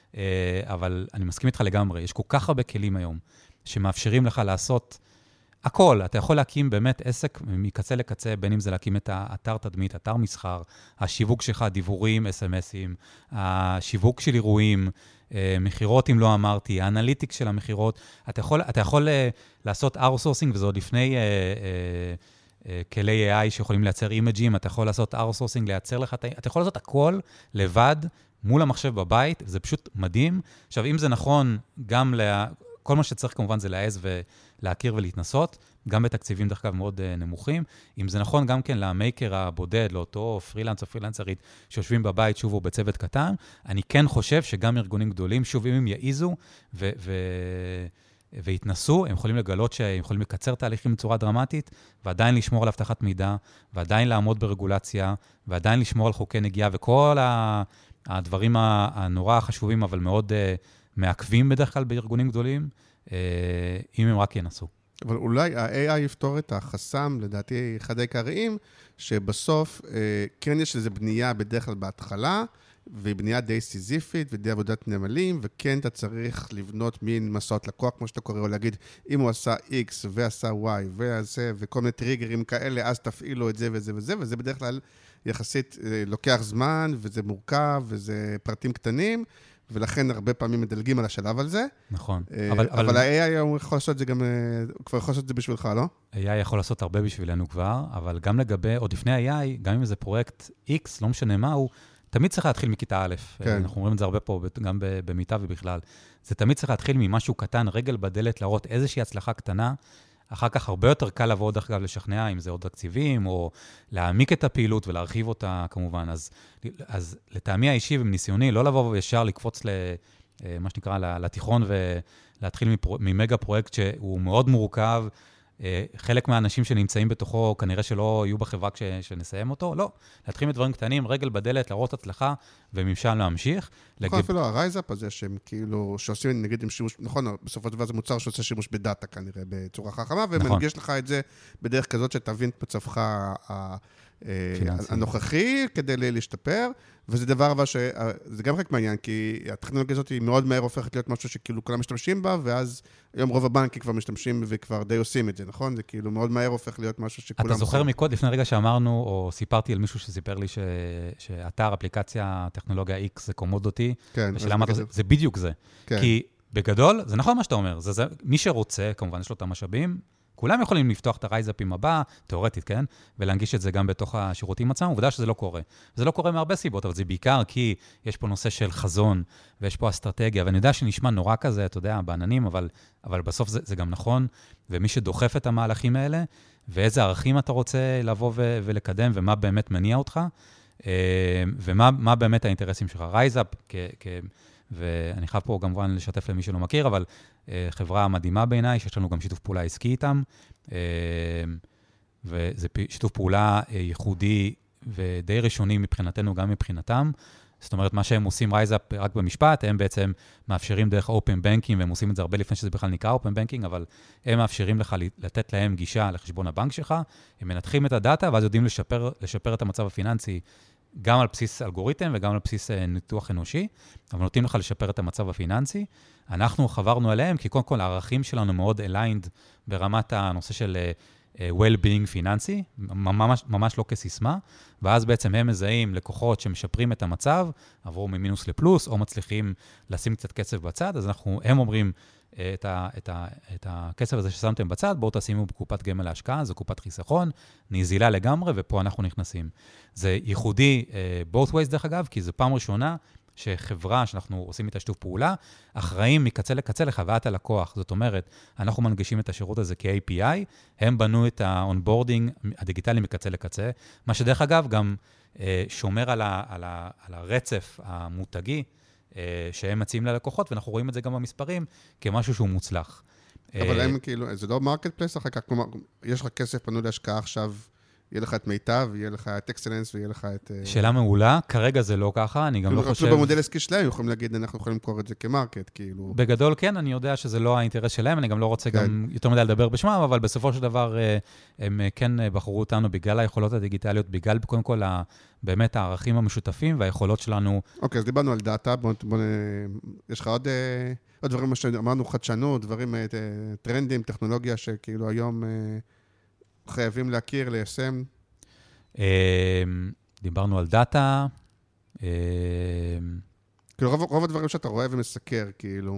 Speaker 4: אבל אני מסכים איתך לגמרי, יש כל כך הרבה כלים היום, שמאפשרים לך לעשות הכל. אתה יכול להקים באמת עסק מקצה לקצה, בין אם זה להקים את האתר תדמית, אתר מסחר, השיווק שלך, דיבורים, אס אם אסים, השיווק של אירועים, מחירות, אם לא אמרתי, האנליטיק של המחירות. אתה יכול, אתה יכול לעשות outsourcing, וזה עוד לפני uh, uh, uh, כלי איי איי שיכולים לייצר אימג'ים, אתה יכול לעשות outsourcing, לייצר לך, אתה, אתה יכול לעשות הכל לבד, מול המחשב בבית, זה פשוט מדהים. עכשיו, אם זה נכון, גם לה, כל מה שצריך כמובן זה להעז ולהכיר ולהתנסות, גם בתקציבים דרך כלל מאוד uh, נמוכים. אם זה נכון גם כן למייקר הבודד, לאותו פרילנס או פרילנסרית שיושבים בבית, שוב, או בצוות קטן, אני כן חושב שגם ארגונים גדולים, שוב, אם הם יעיזו ו- ו- והתנסו, הם יכולים לגלות שהם יכולים לקצר תהליכים בצורה דרמטית, ועדיין לשמור על הבטחת מידע, ועדיין לעמוד ברגולציה, ועדיין לשמור על חוקי נגיעה, וכל ה- הדברים הנורא חשובים, אבל מאוד uh, מעכבים בדרך כלל בארגונים גדולים, uh, אם הם רק ינסו.
Speaker 3: אבל אולי ה-איי איי יפתור את החסם, לדעתי, אחד העיקריים, שבסוף כן יש איזו בנייה בדרך כלל בהתחלה, והיא בנייה די סיזיפית ודי עבודת נמלים, וכן אתה צריך לבנות מין מסעות לקוח, כמו שאתה קורא, או להגיד, אם הוא עשה X ועשה Y ועשה, וכל מיני טריגרים כאלה, אז תפעילו את זה וזה וזה, וזה בדרך כלל יחסית לוקח זמן, וזה מורכב, וזה פרטים קטנים, ולכן הרבה פעמים מדלגים על השלב על זה.
Speaker 4: נכון.
Speaker 3: אבל, אבל... אבל ה-איי איי הוא יכול לעשות את זה גם, הוא כבר יכול לעשות את זה בשבילך, לא?
Speaker 4: איי איי יכול לעשות הרבה בשבילנו כבר, אבל גם לגבי, עוד לפני ה-איי איי, גם אם זה פרויקט X, לא משנה מה הוא, תמיד צריך להתחיל מכיתה א'. כן. אנחנו אומרים את זה הרבה פה, גם במיטה ובכלל. זה תמיד צריך להתחיל ממשהו קטן, רגל בדלת, להראות איזושהי הצלחה קטנה, אחר כך הרבה יותר קל לבוא דרך כלל לשכנע, אם זה עוד תקציבים, או להעמיק את הפעילות ולהרחיב אותה כמובן. אז, אז לטעמי האישי ומניסיוני, לא לבוא וישר לקפוץ למה שנקרא לתיכון ולהתחיל ממגה פרויקט שהוא מאוד מורכב, חלק מהאנשים שנמצאים בתוכו כנראה שלא יהיו בחברה כשנסיים אותו, לא. להתחיל מדברים קטנים, רגל בדלת, להראות הצלחה, וממשל להמשיך.
Speaker 3: נכון, אפילו הרייזאפ הזה, שהם כאילו, שעושים, נגיד, עם שימוש, נכון, בסופו של דבר זה מוצר שעושה שימוש בדאטה כנראה, בצורה חכמה, ומנגיש לך את זה בדרך כזאת שתבין את מצבך הנוכחי, כדי להשתפר, וזה דבר אבל שזה גם רק מעניין, כי הטכנולוגיה הזאת היא מאוד מהר הופכת להיות משהו שכאילו כולם משתמשים בה, ואז היום רוב הבנקים כבר משתמשים וכבר די עושים את זה, נכון? זה כאילו מאוד מהר הופך להיות משהו שכולם...
Speaker 4: אתה זוכר מקוד, לפני רגע שאמרנו, או סיפרתי על מישהו שסיפר לי שאתר, אפליקציה, טכנולוגיה X זה קומודוטי, זה בדיוק זה. כי בגדול, זה נכון מה שאתה אומר, מי שרוצה, כמובן יש לו את המשאבים, כולם יכולים לפתוח את הרייזאפים הבא, תיאורטית, כן? ולהנגיש את זה גם בתוך השירותים עצמם, עובדה שזה לא קורה. זה לא קורה מהרבה סיבות, אבל זה בעיקר כי יש פה נושא של חזון, ויש פה אסטרטגיה, ואני יודע שנשמע נורא כזה, אתה יודע, בעננים, אבל, אבל בסוף זה, זה גם נכון, ומי שדוחף את המהלכים האלה, ואיזה ערכים אתה רוצה לבוא ו- ולקדם, ומה באמת מניע אותך, ומה מה באמת האינטרסים שלך. רייזאפ, כ... כ- ואני חייב פה כמובן לשתף למי שלא מכיר, אבל uh, חברה מדהימה בעיניי, שיש לנו גם שיתוף פעולה עסקי איתם, uh, וזה שיתוף פעולה uh, ייחודי ודי ראשוני מבחינתנו, גם מבחינתם. זאת אומרת, מה שהם עושים רייזאפ רק במשפט, הם בעצם מאפשרים דרך אופן בנקינג, והם עושים את זה הרבה לפני שזה בכלל נקרא אופן בנקינג, אבל הם מאפשרים לך לתת להם גישה לחשבון הבנק שלך, הם מנתחים את הדאטה, ואז יודעים לשפר, לשפר את המצב הפיננסי, גם על בסיס אלגוריתם וגם על בסיס ניתוח אנושי, אבל נותנים לך לשפר את המצב הפיננסי. אנחנו חברנו עליהם, כי קודם כל הערכים שלנו מאוד aligned ברמת הנושא של well-being פיננסי, ממש, ממש לא כסיסמה, ואז בעצם הם מזהים לקוחות שמשפרים את המצב, עברו ממינוס לפלוס, או מצליחים לשים קצת כסף בצד, אז אנחנו, הם אומרים, את, ה, את, ה, את הכסף הזה ששמתם בצד, בואו תשימו בקופת גמל להשקעה, זו קופת חיסכון, נזילה לגמרי, ופה אנחנו נכנסים. זה ייחודי, both ways דרך אגב, כי זו פעם ראשונה, שחברה שאנחנו עושים איתה שיתוף פעולה, אחראים מקצה לקצה לחוויית הלקוח. זאת אומרת, אנחנו מנגישים את השירות הזה כ-איי פי איי, הם בנו את האונבורדינג הדיגיטלי מקצה לקצה, מה שדרך אגב גם אה, שומר על, ה, על, ה, על הרצף המותגי, אה, שהם מציעים ללקוחות, ואנחנו רואים את זה גם במספרים, כמשהו שהוא מוצלח.
Speaker 3: אבל
Speaker 4: אה,
Speaker 3: הם כאילו, זה לא מרקט פלייס אחר כך, כלומר, יש לך כסף פנוי להשקעה עכשיו, יהיה לך את מיטב, יהיה לך את אקסלנס, ויהיה לך את...
Speaker 4: שאלה מעולה, כרגע זה לא ככה, אני גם לא חושב...
Speaker 3: אפילו במודל עסקי שלהם, יכולים להגיד, אנחנו יכולים למכור את זה כמרקט, כאילו...
Speaker 4: בגדול כן, אני יודע שזה לא האינטרס שלהם, אני גם לא רוצה גם יותר מדי לדבר בשמם, אבל בסופו של דבר הם כן בחרו אותנו בגלל היכולות הדיגיטליות, בגלל קודם כל באמת הערכים המשותפים והיכולות שלנו...
Speaker 3: אוקיי, אז דיברנו על דאטה, בוא... יש לך עוד דברים שאמרנו, חדשנות, דברים, טרנדים, טכנולוגיה שכאילו היום... חייבים להכיר, ליישם?
Speaker 4: דיברנו על דאטה.
Speaker 3: כאילו, רוב, רוב הדברים שאתה רואה ומסקר, כאילו.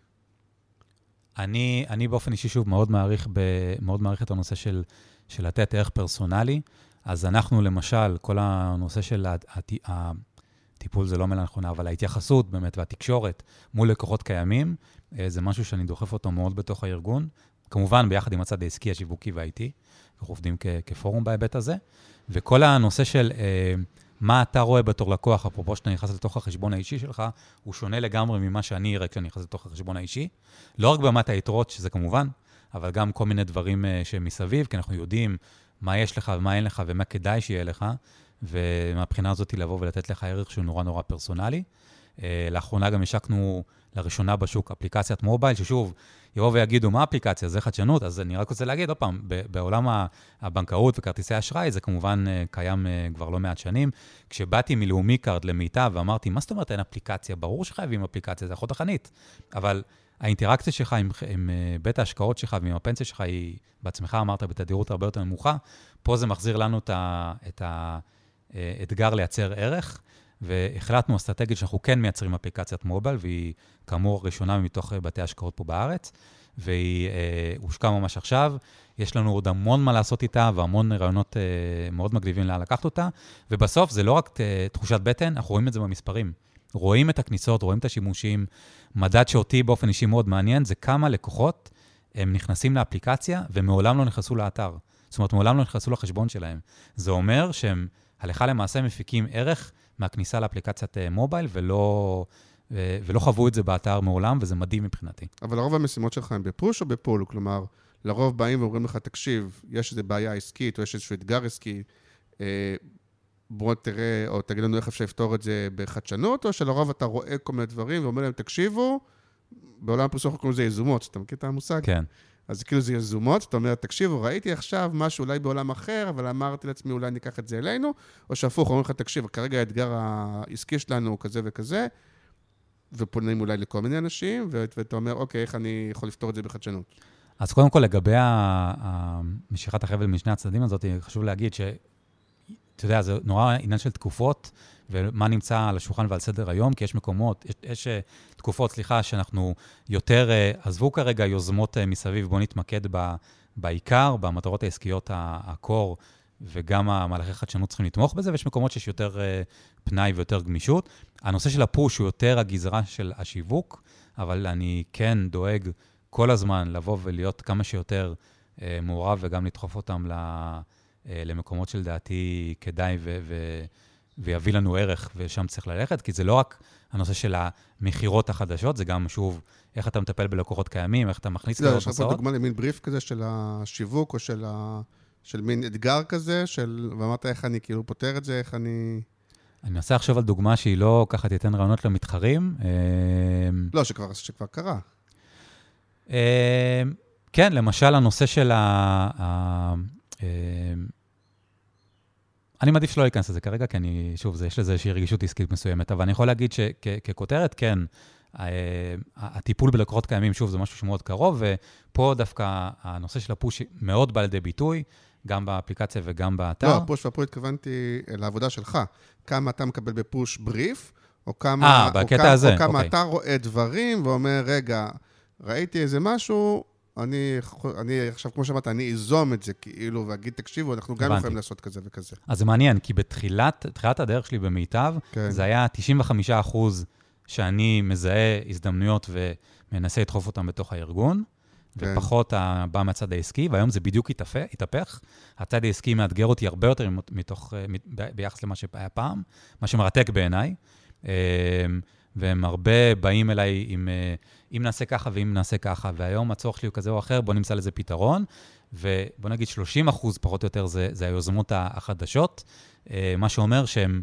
Speaker 4: אני, אני באופן אישי שוב מאוד מעריך, ב, מאוד מעריך את הנושא של, של לתת ערך פרסונלי. אז אנחנו למשל, כל הנושא של הט, הטיפול זה לא מילה נכונה, אבל ההתייחסות באמת והתקשורת מול לקוחות קיימים, זה משהו שאני דוחף אותו מאוד בתוך הארגון. כמובן, ביחד עם הצד העסקי, השיווקי וה-איי טי, אנחנו עובדים כ- כפורום בהיבט הזה, וכל הנושא של אה, מה אתה רואה בתור לקוח, אפרופו שאתה נכנס לתוך החשבון האישי שלך, הוא שונה לגמרי ממה שאני אראה כשאני נכנס לתוך החשבון האישי, לא רק ברמת היתרות, שזה כמובן, אבל גם כל מיני דברים אה, שמסביב, כי אנחנו יודעים מה יש לך ומה אין לך ומה כדאי שיהיה לך, ומהבחינה הזאת לבוא ולתת לך ערך שהוא נורא נורא פרסונלי. אה, לאחרונה גם השקנו לראשונה בשוק אפליקציית מובייל, ששוב, יבואו ויגידו, מה האפליקציה? זה חדשנות? אז אני רק רוצה להגיד, עוד פעם, בעולם הבנקאות וכרטיסי אשראי, זה כמובן קיים כבר לא מעט שנים. כשבאתי מלאומי קארד למיטב ואמרתי, מה זאת אומרת אין אפליקציה? ברור שחייבים אפליקציה, זה חוד החנית. אבל האינטראקציה שלך עם, עם בית ההשקעות שלך ועם הפנסיה שלך היא, בעצמך אמרת, בתדירות הרבה יותר נמוכה. פה זה מחזיר לנו את האתגר לייצר ערך. והחלטנו אסטרטגית שאנחנו כן מייצרים אפליקציית מובייל, והיא כאמור ראשונה מתוך בתי השקעות פה בארץ, והיא אה, הושקעה ממש עכשיו. יש לנו עוד המון מה לעשות איתה, והמון רעיונות אה, מאוד מגניבים לה לקחת אותה, ובסוף זה לא רק אה, תחושת בטן, אנחנו רואים את זה במספרים. רואים את הכניסות, רואים את השימושים. מדד שאותי באופן אישי מאוד מעניין, זה כמה לקוחות הם נכנסים לאפליקציה, ומעולם לא נכנסו לאתר. זאת אומרת, מעולם לא נכנסו לחשבון שלהם. זה אומר שהם הלכה למעשה מפיקים ערך מהכניסה לאפליקציית מובייל, ולא, ולא חוו את זה באתר מעולם, וזה מדהים מבחינתי.
Speaker 3: אבל לרוב המשימות שלך הם בפוש או בפול? כלומר, לרוב באים ואומרים לך, תקשיב, יש איזו בעיה עסקית, או יש איזשהו אתגר עסקי, בוא תראה, או תגיד לנו איך אפשר לפתור את זה בחדשנות, או שלרוב אתה רואה כל מיני דברים, ואומר להם, תקשיבו, בעולם הפרסום אנחנו קוראים לזה יזומות, אתה מכיר את המושג?
Speaker 4: כן.
Speaker 3: אז כאילו זה יזומות, אתה אומר, תקשיבו, ראיתי עכשיו משהו אולי בעולם אחר, אבל אמרתי לעצמי, אולי ניקח את זה אלינו, או שהפוך, אומרים לך, תקשיב, כרגע האתגר העסקי שלנו הוא כזה וכזה, ופונים אולי לכל מיני אנשים, ואתה אומר, אוקיי, איך אני יכול לפתור את זה בחדשנות?
Speaker 4: אז קודם כל, לגבי משיכת החבל משני הצדדים הזאת, חשוב להגיד ש, אתה יודע, זה נורא עניין של תקופות, ומה נמצא על השולחן ועל סדר היום, כי יש מקומות, יש, יש תקופות, סליחה, שאנחנו יותר, עזבו כרגע יוזמות מסביב, בואו נתמקד ב, בעיקר, במטרות העסקיות הקור, וגם המהלכי חדשנות צריכים לתמוך בזה, ויש מקומות שיש יותר פנאי ויותר גמישות. הנושא של הפוש הוא יותר הגזרה של השיווק, אבל אני כן דואג כל הזמן לבוא ולהיות כמה שיותר מעורב, וגם לדחוף אותם למקומות שלדעתי כדאי ו... ו ויביא לנו ערך, ושם צריך ללכת, כי זה לא רק הנושא של המחירות החדשות, זה גם, שוב, איך אתה מטפל בלקוחות קיימים, איך אתה מכניס
Speaker 3: לא, יש לך פה דוגמה למין בריף כזה של השיווק, או של, ה... של מין אתגר כזה, של... ואמרת איך אני כאילו פותר את זה, איך אני...
Speaker 4: אני מנסה לחשוב על דוגמה שהיא לא ככה תיתן רעיונות למתחרים.
Speaker 3: לא, שכבר, שכבר קרה.
Speaker 4: כן, למשל, הנושא של ה... אני מעדיף שלא להיכנס לזה כרגע, כי אני, שוב, יש לזה איזושהי רגישות עסקית מסוימת, אבל אני יכול להגיד שככותרת, כן, הטיפול בלקוחות קיימים, שוב, זה משהו שמאוד קרוב, ופה דווקא הנושא של הפוש מאוד בא לידי ביטוי, גם באפליקציה וגם באתר.
Speaker 3: לא, הפוש והפוש התכוונתי לעבודה שלך. כמה אתה מקבל בפוש בריף, או כמה,
Speaker 4: 아,
Speaker 3: או כמה,
Speaker 4: הזה,
Speaker 3: או כמה
Speaker 4: אוקיי.
Speaker 3: אתה רואה דברים ואומר, רגע, ראיתי איזה משהו, אני, אני עכשיו, כמו שאמרת, אני איזום את זה כאילו, ואגיד, תקשיבו, אנחנו גם
Speaker 4: הבנתי.
Speaker 3: יכולים לעשות כזה וכזה.
Speaker 4: אז זה מעניין, כי בתחילת, תחילת הדרך שלי במיטב,
Speaker 3: כן.
Speaker 4: זה היה תשעים וחמישה אחוז שאני מזהה הזדמנויות ומנסה לדחוף אותם בתוך הארגון,
Speaker 3: כן.
Speaker 4: ופחות בא מהצד העסקי, והיום זה בדיוק התהפך. הצד העסקי מאתגר אותי הרבה יותר מתוך, ביחס למה שהיה פעם, מה שמרתק בעיניי, והם הרבה באים אליי עם, אם נעשה ככה ואם נעשה ככה, והיום הצורך שלי הוא כזה או אחר, בוא נמצא לזה פתרון, ובוא נגיד שלושים אחוז פחות או יותר זה, זה היוזמות החדשות, מה שאומר שהם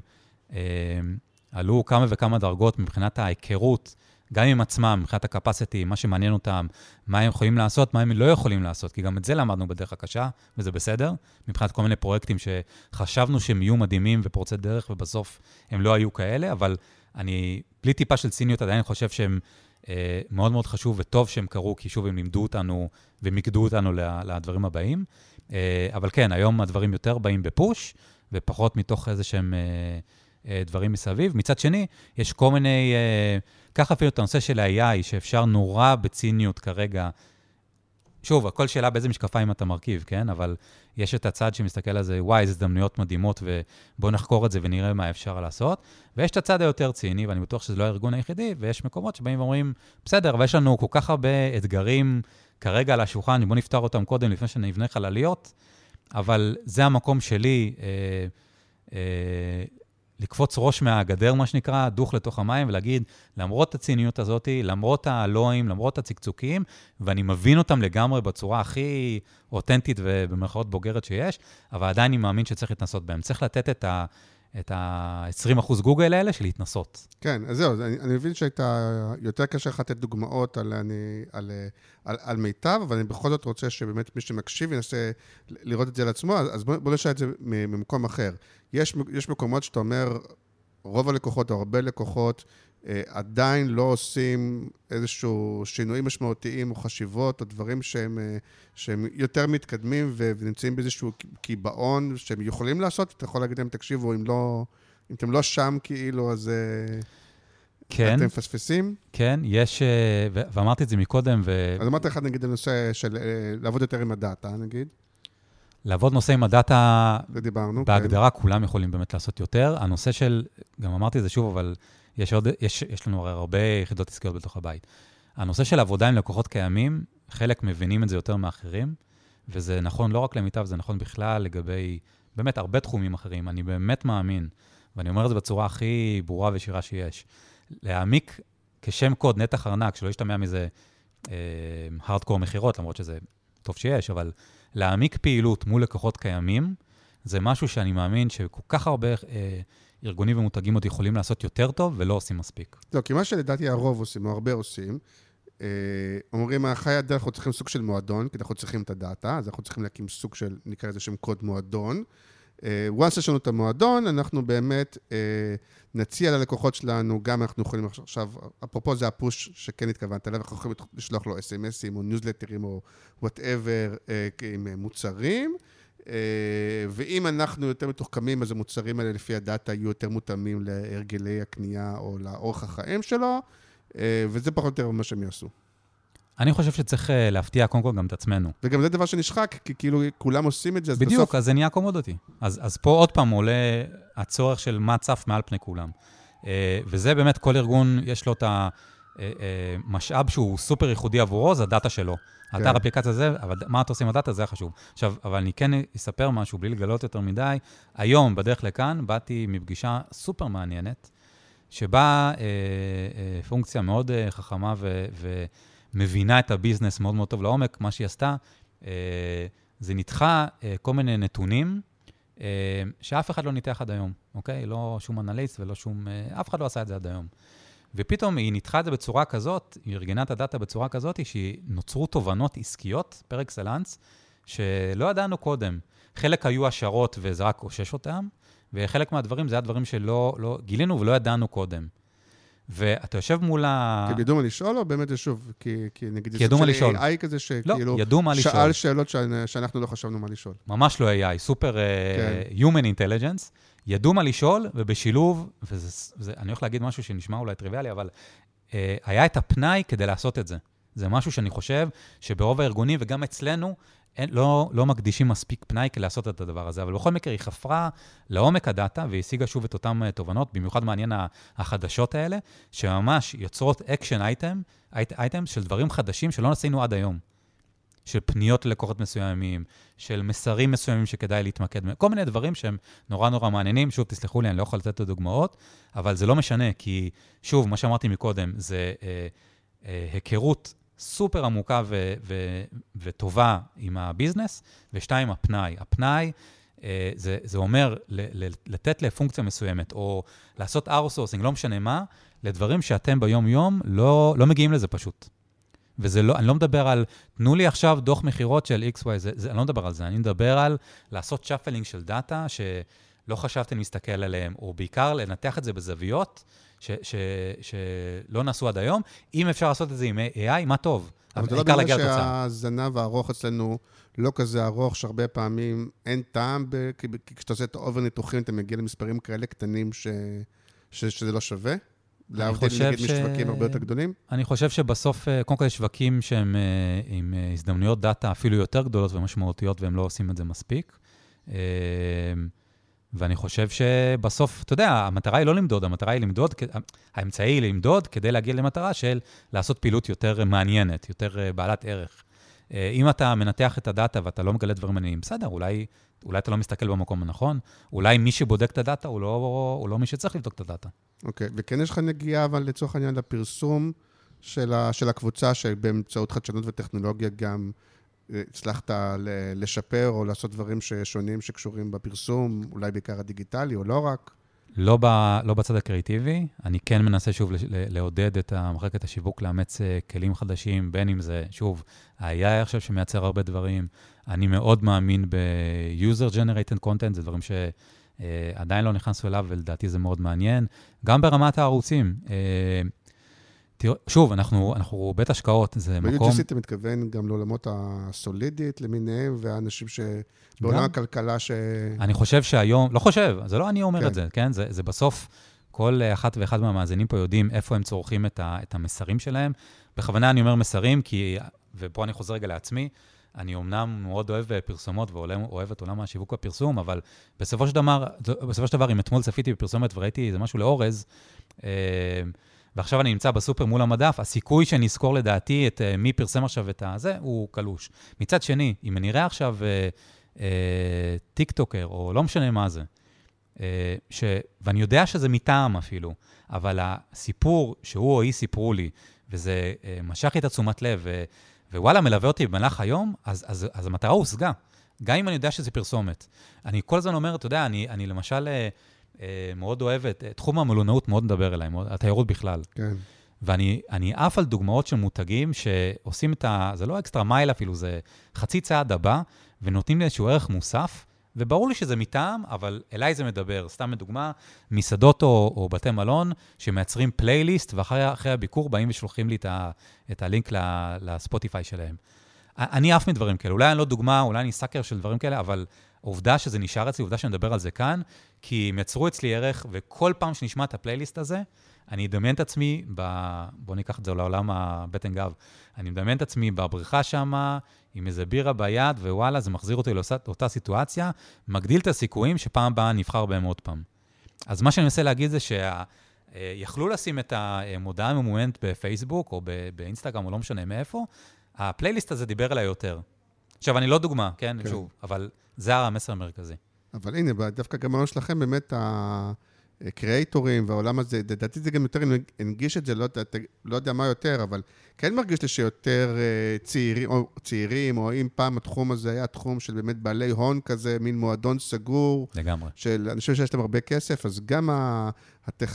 Speaker 4: עלו כמה וכמה דרגות מבחינת ההיכרות, גם עם עצמם, מבחינת הקפסיטי, מה שמעניין אותם, מה הם יכולים לעשות, מה הם לא יכולים לעשות, כי גם את זה למדנו בדרך הקשה, וזה בסדר, מבחינת כל מיני פרויקטים שחשבנו שהם יהיו מדהימים ופורצי דרך, ובסוף הם לא היו כאלה, אבל אני, בלי טיפה של ציניות, עדיין חושב שהם אה, מאוד מאוד חשוב וטוב שהם קרו, כי שוב הם לימדו אותנו ומקדו אותנו לדברים הבאים. אה, אבל כן, היום הדברים יותר באים בפוש, ופחות מתוך איזה שהם אה, אה, דברים מסביב. מצד שני, יש כל מיני, אה, ככה אפילו את הנושא של ה-איי איי, שאפשר נורא בציניות כרגע, שוב, הכל שאלה באיזה משקפיים אתה מרכיב, כן? אבל יש את הצד שמסתכל על זה, וואי, איזה הזדמנויות מדהימות, ובואו נחקור את זה ונראה מה אפשר לעשות. ויש את הצד היותר ציני, ואני בטוח שזה לא הארגון היחידי, ויש מקומות שבאים ואומרים, בסדר, אבל יש לנו כל כך הרבה אתגרים כרגע על השולחן, בואו נפתר אותם קודם, לפני שנבנה חלליות, אבל זה המקום שלי, אה, אה, לקפוץ ראש מהגדר, מה שנקרא, דוך לתוך המים, ולהגיד, למרות הציניות הזאת, למרות האלוהים, למרות הצקצוקים, ואני מבין אותם לגמרי בצורה הכי אותנטית ובמרכאות בוגרת שיש, אבל עדיין אני מאמין שצריך להתנסות בהם. צריך לתת את ה... את ה-עשרים אחוז גוגל האלה של להתנסות.
Speaker 3: כן, אז זהו, אני, אני מבין שהייתה יותר קשה לך לתת דוגמאות על, אני, על, על, על מיטב, אבל אני בכל זאת רוצה שבאמת מי שמקשיב ינסה לראות את זה על עצמו, אז בוא, בוא נשאר את זה ממקום אחר. יש, יש מקומות שאתה אומר, רוב הלקוחות או הרבה לקוחות אה, עדיין לא עושים איזשהו שינויים משמעותיים או חשיבות או דברים שהם, אה, שהם יותר מתקדמים ו- ונמצאים באיזשהו קיבעון שהם יכולים לעשות, אתה יכול להגיד להם, תקשיבו, אם, לא, אם אתם לא שם כאילו, אז אה,
Speaker 4: כן,
Speaker 3: אתם מפספסים.
Speaker 4: כן, יש, ו- ואמרתי את זה מקודם. ו...
Speaker 3: אז אמרת אחד, נגיד, הנושא של אה, לעבוד יותר עם הדאטה, נגיד.
Speaker 4: לעבוד נושא עם הדאטה,
Speaker 3: ודיברנו,
Speaker 4: בהגדרה כן. כולם יכולים באמת לעשות יותר. הנושא של, גם אמרתי את זה שוב, אבל יש, עוד, יש, יש לנו הרבה יחידות עסקיות בתוך הבית. הנושא של עבודה עם לקוחות קיימים, חלק מבינים את זה יותר מאחרים, וזה נכון לא רק למיטב, זה נכון בכלל לגבי באמת הרבה תחומים אחרים. אני באמת מאמין, ואני אומר את זה בצורה הכי ברורה וישירה שיש, להעמיק כשם קוד נתח ארנק, שלא ישתמע מזה הארדקור מחירות, למרות שזה טוב שיש, אבל להעמיק פעילות מול לקוחות קיימים, זה משהו שאני מאמין שכל כך הרבה אה, ארגונים ומותגים עוד יכולים לעשות יותר טוב, ולא עושים מספיק.
Speaker 3: לא, כי מה שלדעתי הרוב עושים, או הרבה עושים, אה, אומרים, אחרי הדרך אנחנו צריכים סוג של מועדון, כי אנחנו צריכים את הדאטה, אז אנחנו צריכים להקים סוג של, נקרא לזה שם קוד מועדון. אה, once יש לנו את המועדון, אנחנו באמת אה, נציע ללקוחות שלנו, גם אנחנו יכולים עכשיו, אפרופו זה הפוש שכן התכוונת עליו, אנחנו יכולים לשלוח לו אס אם אסים או ניוזלטרים או whatever אה, עם מוצרים, ואם אנחנו יותר מתוחכמים, אז המוצרים האלה לפי הדאטה יהיו יותר מותאמים להרגלי הקנייה או לאורח החיים שלו, וזה פחות או יותר מה שהם יעשו.
Speaker 4: אני חושב שצריך להפתיע קודם כל גם את עצמנו.
Speaker 3: וגם זה דבר שנשחק, כי כאילו כולם עושים את זה, אז
Speaker 4: בדיוק,
Speaker 3: בסוף...
Speaker 4: אז זה נהיה קומודיטי. אז, אז פה עוד פעם עולה הצורך של מה צף מעל פני כולם. וזה באמת כל ארגון, יש לו את המשאב שהוא סופר ייחודי עבורו, זה הדאטה שלו. האתר אפליקציה זה, אבל מה אתה עושה עם הדאטה, זה חשוב. עכשיו, אבל אני כן אספר משהו, בלי לגלות יותר מדי. היום, בדרך לכאן, באתי מפגישה סופר מעניינת, שבה אה, אה, פונקציה מאוד אה, חכמה ו, ומבינה את הביזנס מאוד מאוד טוב לעומק. מה שהיא עשתה, אה, זה נתחה אה, כל מיני נתונים, אה, שאף אחד לא ניתח עד היום, אוקיי? לא שום אנליסט ולא שום... אה, אף אחד לא עשה את זה עד היום. ופתאום היא ניתחה את זה בצורה כזאת, היא ארגנה את הדאטה בצורה כזאת, שנוצרו תובנות עסקיות, פר אקסלנס, שלא ידענו קודם. חלק היו השערות וזה רק אושש אותם, וחלק מהדברים זה הדברים שלא לא, גילינו ולא ידענו קודם. ואתה יושב מול ה...
Speaker 3: כי ידעו מה לשאול, או באמת זה שוב, כי, כי נגיד...
Speaker 4: כי ידעו מה לשאול.
Speaker 3: איי כזה שכאילו...
Speaker 4: לא, ידעו מה לשאול.
Speaker 3: שאל שאלות שאנחנו לא חשבנו מה לשאול.
Speaker 4: ממש לא איי איי, סופר כן. uh, Human Intelligence, ידעו מה לשאול, ובשילוב, ואני הולך להגיד משהו שנשמע אולי טריוויאלי, אבל uh, היה את הפנאי כדי לעשות את זה. זה משהו שאני חושב שברוב הארגונים, וגם אצלנו, אין, לא, לא מקדישים מספיק פנאי כדי לעשות את הדבר הזה, אבל בכל מקרה היא חפרה לעומק הדאטה, והשיגה שוב את אותם תובנות, במיוחד מעניין החדשות האלה, שממש יוצרות אקשן אייטם, אייטם של דברים חדשים שלא נעשינו עד היום. של פניות ללקוחות מסוימים, של מסרים מסוימים שכדאי להתמקד בהם, כל מיני דברים שהם נורא נורא מעניינים, שוב תסלחו לי, אני לא יכול לתת את הדוגמאות, אבל זה לא משנה, כי שוב, מה שאמרתי מקודם, זה אה, אה, היכרות סופר עמוקה ו- ו- וטובה עם הביזנס, ושתיים, הפנאי. הפנאי, אה, זה, זה אומר ל- ל- לתת לפונקציה מסוימת, או לעשות אאוטסורסינג, לא משנה מה, לדברים שאתם ביום-יום לא, לא מגיעים לזה פשוט. וזה לא, אני לא מדבר על, תנו לי עכשיו דוח מחירות של אקס וואי, זה, זה, אני לא מדבר על זה, אני מדבר על לעשות שפלינג של דאטה שלא חשבתם להסתכל עליהם, או בעיקר לנתח את זה בזוויות ש, ש, שלא נעשו עד היום. אם אפשר לעשות את זה עם איי איי, מה טוב.
Speaker 3: אבל זה לא בגלל שהזנב הארוך אצלנו לא כזה ארוך, שהרבה פעמים אין טעם, כי כשאתה עושה את האובר ניתוחים, אתה מגיע למספרים כאלה קטנים ש, ש, שזה לא שווה. להבדיל נגיד משווקים הרבה יותר גדולים?
Speaker 4: אני חושב שבסוף, קודם כל יש שווקים שהם עם הזדמנויות דאטה אפילו יותר גדולות ומשמעותיות, והם לא עושים את זה מספיק. ואני חושב שבסוף, אתה יודע, המטרה היא לא למדוד, המטרה היא למדוד, האמצעי היא למדוד כדי להגיע למטרה של לעשות פעילות יותר מעניינת, יותר בעלת ערך. אם אתה מנתח את הדאטה ואתה לא מגלה דברים מעניינים, בסדר, אולי, אולי אתה לא מסתכל במקום הנכון, אולי מי שבודק את הדאטה הוא לא, הוא לא מי שצריך לבדוק את הדאטה.
Speaker 3: אוקיי, וכן יש לך נגיעה, אבל לצורך העניין לפרסום של, ה, של הקבוצה, שבאמצעות חדשנות וטכנולוגיה גם הצלחת לשפר או לעשות דברים ששונים שקשורים בפרסום, אולי בעיקר הדיגיטלי או לא רק?
Speaker 4: לא, ב, לא בצד הקריאיטיבי, אני כן מנסה שוב לעודד את המחלקת השיווק לאמץ כלים חדשים, בין אם זה, שוב, ה-איי איי עכשיו שמייצר הרבה דברים, אני מאוד מאמין ב-user generated content, זה דברים שעדיין לא נכנסו אליו, ולדעתי זה מאוד מעניין, גם ברמת הערוצים. תראו, שוב, אנחנו, אנחנו בית השקעות, זה מקום...
Speaker 3: ב-יו ג'י סי אתה מתכוון גם לעולמות הסולידית למיניהם, והאנשים שבעולם הכלכלה ש...
Speaker 4: אני חושב שהיום, לא חושב, זה לא אני אומר כן. את זה, כן? זה, זה בסוף, כל אחת ואחד מהמאזינים פה יודעים איפה הם צורכים את, ה, את המסרים שלהם. בכוונה אני אומר מסרים, כי, ופה אני חוזר רגע לעצמי, אני אומנם מאוד אוהב פרסומות, ואוהב את עולם השיווק הפרסום, אבל בסופו של דבר, בסופו של דבר, אם אתמול צפיתי בפרסומת וראיתי איזה משהו לאורז, ועכשיו אני נמצא בסופר מול המדף, הסיכוי שנזכור לדעתי את מי פרסם עכשיו את הזה, הוא קלוש. מצד שני, אם אני אראה עכשיו אה, אה, טיק-טוקר, או לא משנה מה זה, אה, ש... ואני יודע שזה מטעם אפילו, אבל הסיפור שהוא או היא סיפרו לי, וזה אה, משך לי את התשומת לב, ו... ווואלה, מלווה אותי במהלך היום, אז, אז, אז המטרה הושגה. גם אם אני יודע שזה פרסומת. אני כל הזמן אומר, אתה יודע, אני, אני למשל... אה, מאוד אוהבת, תחום המלונאות מאוד מדבר אליי, התיירות בכלל.
Speaker 3: כן.
Speaker 4: ואני אני אף על דוגמאות של מותגים שעושים את ה... זה לא אקסטרה מייל אפילו, זה חצי צעד הבא, ונותנים לי איזשהו ערך מוסף, וברור לי שזה מטעם, אבל אליי זה מדבר. סתם לדוגמה, מסעדות או, או בתי מלון, שמייצרים פלייליסט, ואחרי הביקור באים ושולחים לי את, ה, את הלינק לספוטיפיי שלהם. אני אף מדברים כאלה. אולי אני לא דוגמה, אולי אני סאקר של דברים כאלה, אבל עובדה שזה נשאר אצלי, עובדה שנדבר על זה כאן, כי הם יצרו אצלי ערך, וכל פעם שנשמע את הפלייליסט הזה, אני אדמיין את עצמי, ב... בוא ניקח את זה לעולם הבטן גב, אני מדמיין את עצמי בבריכה שם, עם איזה בירה ביד, ווואלה, זה מחזיר אותי לאותה סיטואציה, מגדיל את הסיכויים שפעם הבאה נבחר בהם עוד פעם. אז מה שאני מנסה להגיד זה שיכלו לשים את המודעה הממומנת בפייסבוק, או באינסטגרם, או לא משנה מאיפה, הפלייליסט הזה דיבר אליי יותר. עכשיו, אני לא דוגמה, כן? כן. שוב, אבל זה המסר המרכזי.
Speaker 3: אבל הנה, דווקא גם העולם שלכם, באמת הקריאטורים והעולם הזה, לדעתי זה גם יותר, הנגיש את זה, לא, לא יודע מה יותר, אבל כן מרגיש לי שיותר צעירים, או צעירים, או אם פעם התחום הזה היה תחום של באמת בעלי הון כזה, מין מועדון סגור.
Speaker 4: לגמרי.
Speaker 3: של, אני חושב שיש להם הרבה כסף, אז גם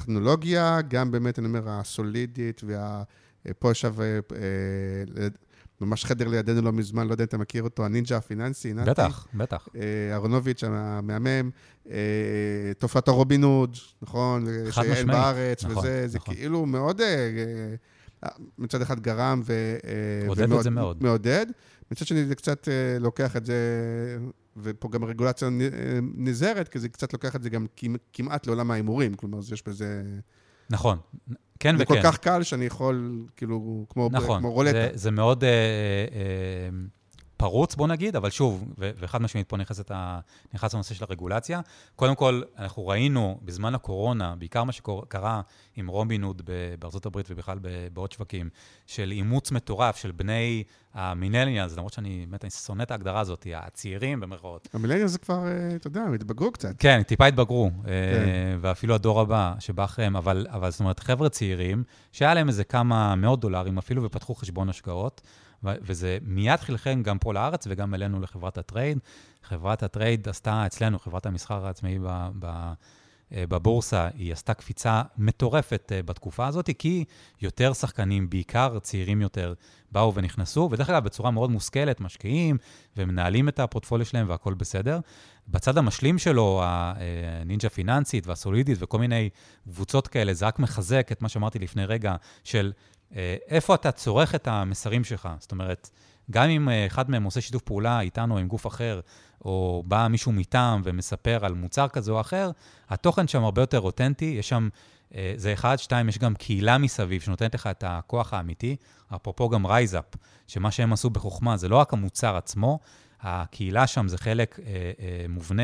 Speaker 3: הטכנולוגיה, גם באמת, אני אומר, הסולידית, ופה עכשיו... ממש חדר לידינו לא מזמן, לא יודע אם אתה מכיר אותו, הנינג'ה הפיננסי, נתי.
Speaker 4: בטח, בטח.
Speaker 3: אהרונוביץ' המהמם, תופעת הרובינוד, נכון?
Speaker 4: חד משמעית.
Speaker 3: שאין בארץ
Speaker 4: נכון,
Speaker 3: וזה, זה
Speaker 4: נכון.
Speaker 3: כאילו מאוד, מצד אחד גרם ו...
Speaker 4: עודד את זה מאוד.
Speaker 3: מעודד. מצד שני זה קצת לוקח את זה, ופה גם הרגולציה נזרת, כי זה קצת לוקח את זה גם כמעט לעולם ההימורים, כלומר, יש בזה...
Speaker 4: נכון, כן
Speaker 3: זה
Speaker 4: וכן.
Speaker 3: כל כך קל שאני יכול, כאילו, כמו,
Speaker 4: נכון,
Speaker 3: כמו רולטה.
Speaker 4: זה, זה מאוד אה, אה, פרוץ, בוא נגיד, אבל שוב, ו- ואחד משמעית פה נכנס, את ה, נכנס לנושא של הרגולציה. קודם כל, אנחנו ראינו בזמן הקורונה, בעיקר מה שקרה עם רובינהוד בארצות הברית ובכלל בעוד שווקים, של אימוץ מטורף של בני המילניאלס, למרות שאני, באמת, אני שונא את ההגדרה הזאת, הצעירים במרכאות.
Speaker 3: המילניאלס זה כבר, אתה יודע, התבגרו קצת.
Speaker 4: כן, טיפה התבגרו, כן. ואפילו הדור הבא שבא אחריהם, אבל, אבל זאת אומרת, חבר'ה צעירים, שהיה להם איזה כמה מאות דולרים אפילו, ופתחו חשבון השקעות, וזה מיד חלחן גם פה לארץ וגם אלינו לחברת הטרייד. חברת הטרייד עשתה אצלנו, חברת המסחר העצמאי בבורסה, היא עשתה קפיצה מטורפת בתקופה הזאת, כי יותר שחקנים, בעיקר צעירים יותר, באו ונכנסו, ודרך אגב בצורה מאוד מושכלת, משקיעים ומנהלים את הפורטפוליו שלהם והכל בסדר. בצד המשלים שלו, הנינג'ה פיננסית והסולידית וכל מיני קבוצות כאלה, זה רק מחזק את מה שאמרתי לפני רגע, של איפה אתה צורך את המסרים שלך. זאת אומרת, גם אם אחד מהם עושה שיתוף פעולה איתנו, עם גוף אחר, או בא מישהו מטעם ומספר על מוצר כזה או אחר, התוכן שם הרבה יותר אותנטי, יש שם, זה אחד, שתיים, יש גם קהילה מסביב שנותנת לך את הכוח האמיתי, אפרופו גם רייזאפ, שמה שהם עשו בחוכמה, זה לא רק המוצר עצמו, הקהילה שם זה חלק מובנה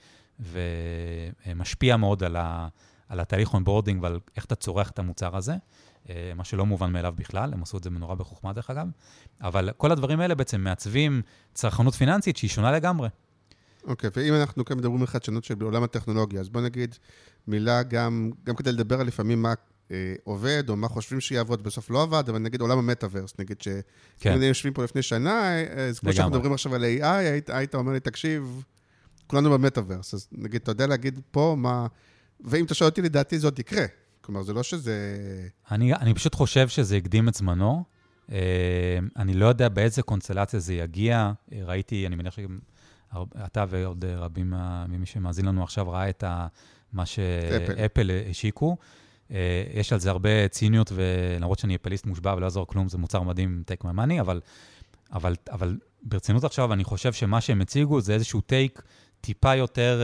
Speaker 4: ומשפיע מאוד על התהליך אונבורדינג ועל איך אתה צורך את המוצר הזה, מה שלא מובן מאליו בכלל, הם עשו את זה מנורה בחוכמה דרך אגב, אבל כל הדברים האלה בעצם מעצבים צרכנות פיננסית שהיא שונה לגמרי.
Speaker 3: אוקיי, ואם אנחנו כאן מדברים על חדשנות של בעולם הטכנולוגיה, אז בוא נגיד מילה גם, גם כדי לדבר על לפעמים מה אה, עובד, או מה חושבים שיעבוד, בסוף לא עבד, אבל נגיד עולם המטאברס, נגיד ש... כן. אם יושבים פה לפני שנה, אז כמו שאנחנו מדברים עכשיו על איי איי, היית, היית אומר לי, תקשיב, כולנו במטאברס, אז נגיד, אתה יודע להגיד פה מה... ואם אתה שואל אותי, לדעתי זאת יקרה. כלומר, זה לא שזה...
Speaker 4: אני, אני פשוט חושב שזה הקדים את זמנו. אני לא יודע באיזה קונסטלציה זה יגיע. ראיתי, אני מניח שגם אתה ועוד רבים ממי שמאזין לנו עכשיו ראה את מה שאפל השיקו. יש על זה הרבה ציניות, ולמרות שאני אפליסט מושבע ולא יעזור כלום, זה מוצר מדהים, טייק ממני, אבל, אבל, אבל ברצינות עכשיו אני חושב שמה שהם הציגו זה איזשהו טייק טיפה יותר...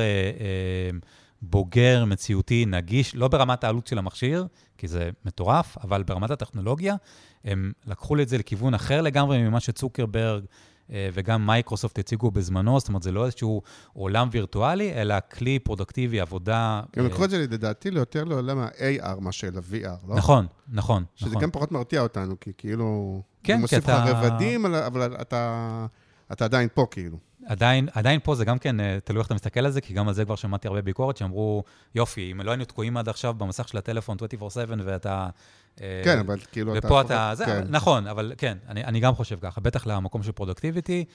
Speaker 4: בוגר, מציאותי, נגיש, לא ברמת העלות של המכשיר, כי זה מטורף, אבל ברמת הטכנולוגיה, הם לקחו את זה לכיוון אחר לגמרי ממה שצוקרברג וגם מייקרוסופט הציגו בזמנו, זאת אומרת, זה לא איזשהו עולם וירטואלי, אלא כלי פרודקטיבי, עבודה...
Speaker 3: הם לקחו את זה לדעתי ליותר לעולם ה-איי אר, מה של ה-וי אר, לא?
Speaker 4: נכון, נכון.
Speaker 3: שזה גם פחות מרתיע אותנו, כי כאילו...
Speaker 4: כן, כי אתה...
Speaker 3: מוסיף לך רבדים, אבל אתה עדיין פה, כאילו.
Speaker 4: עדיין, עדיין פה זה גם כן, תלוי איך אתה מסתכל על זה, כי גם על זה כבר שמעתי הרבה ביקורת, שאמרו, יופי, אם לא היינו תקועים עד עכשיו במסך של הטלפון עשרים וארבע שבע, ואתה...
Speaker 3: כן, אבל כאילו
Speaker 4: ופה אתה... זה, כן. נכון, אבל כן, אני, אני גם חושב ככה, בטח למקום של פרודקטיביטי,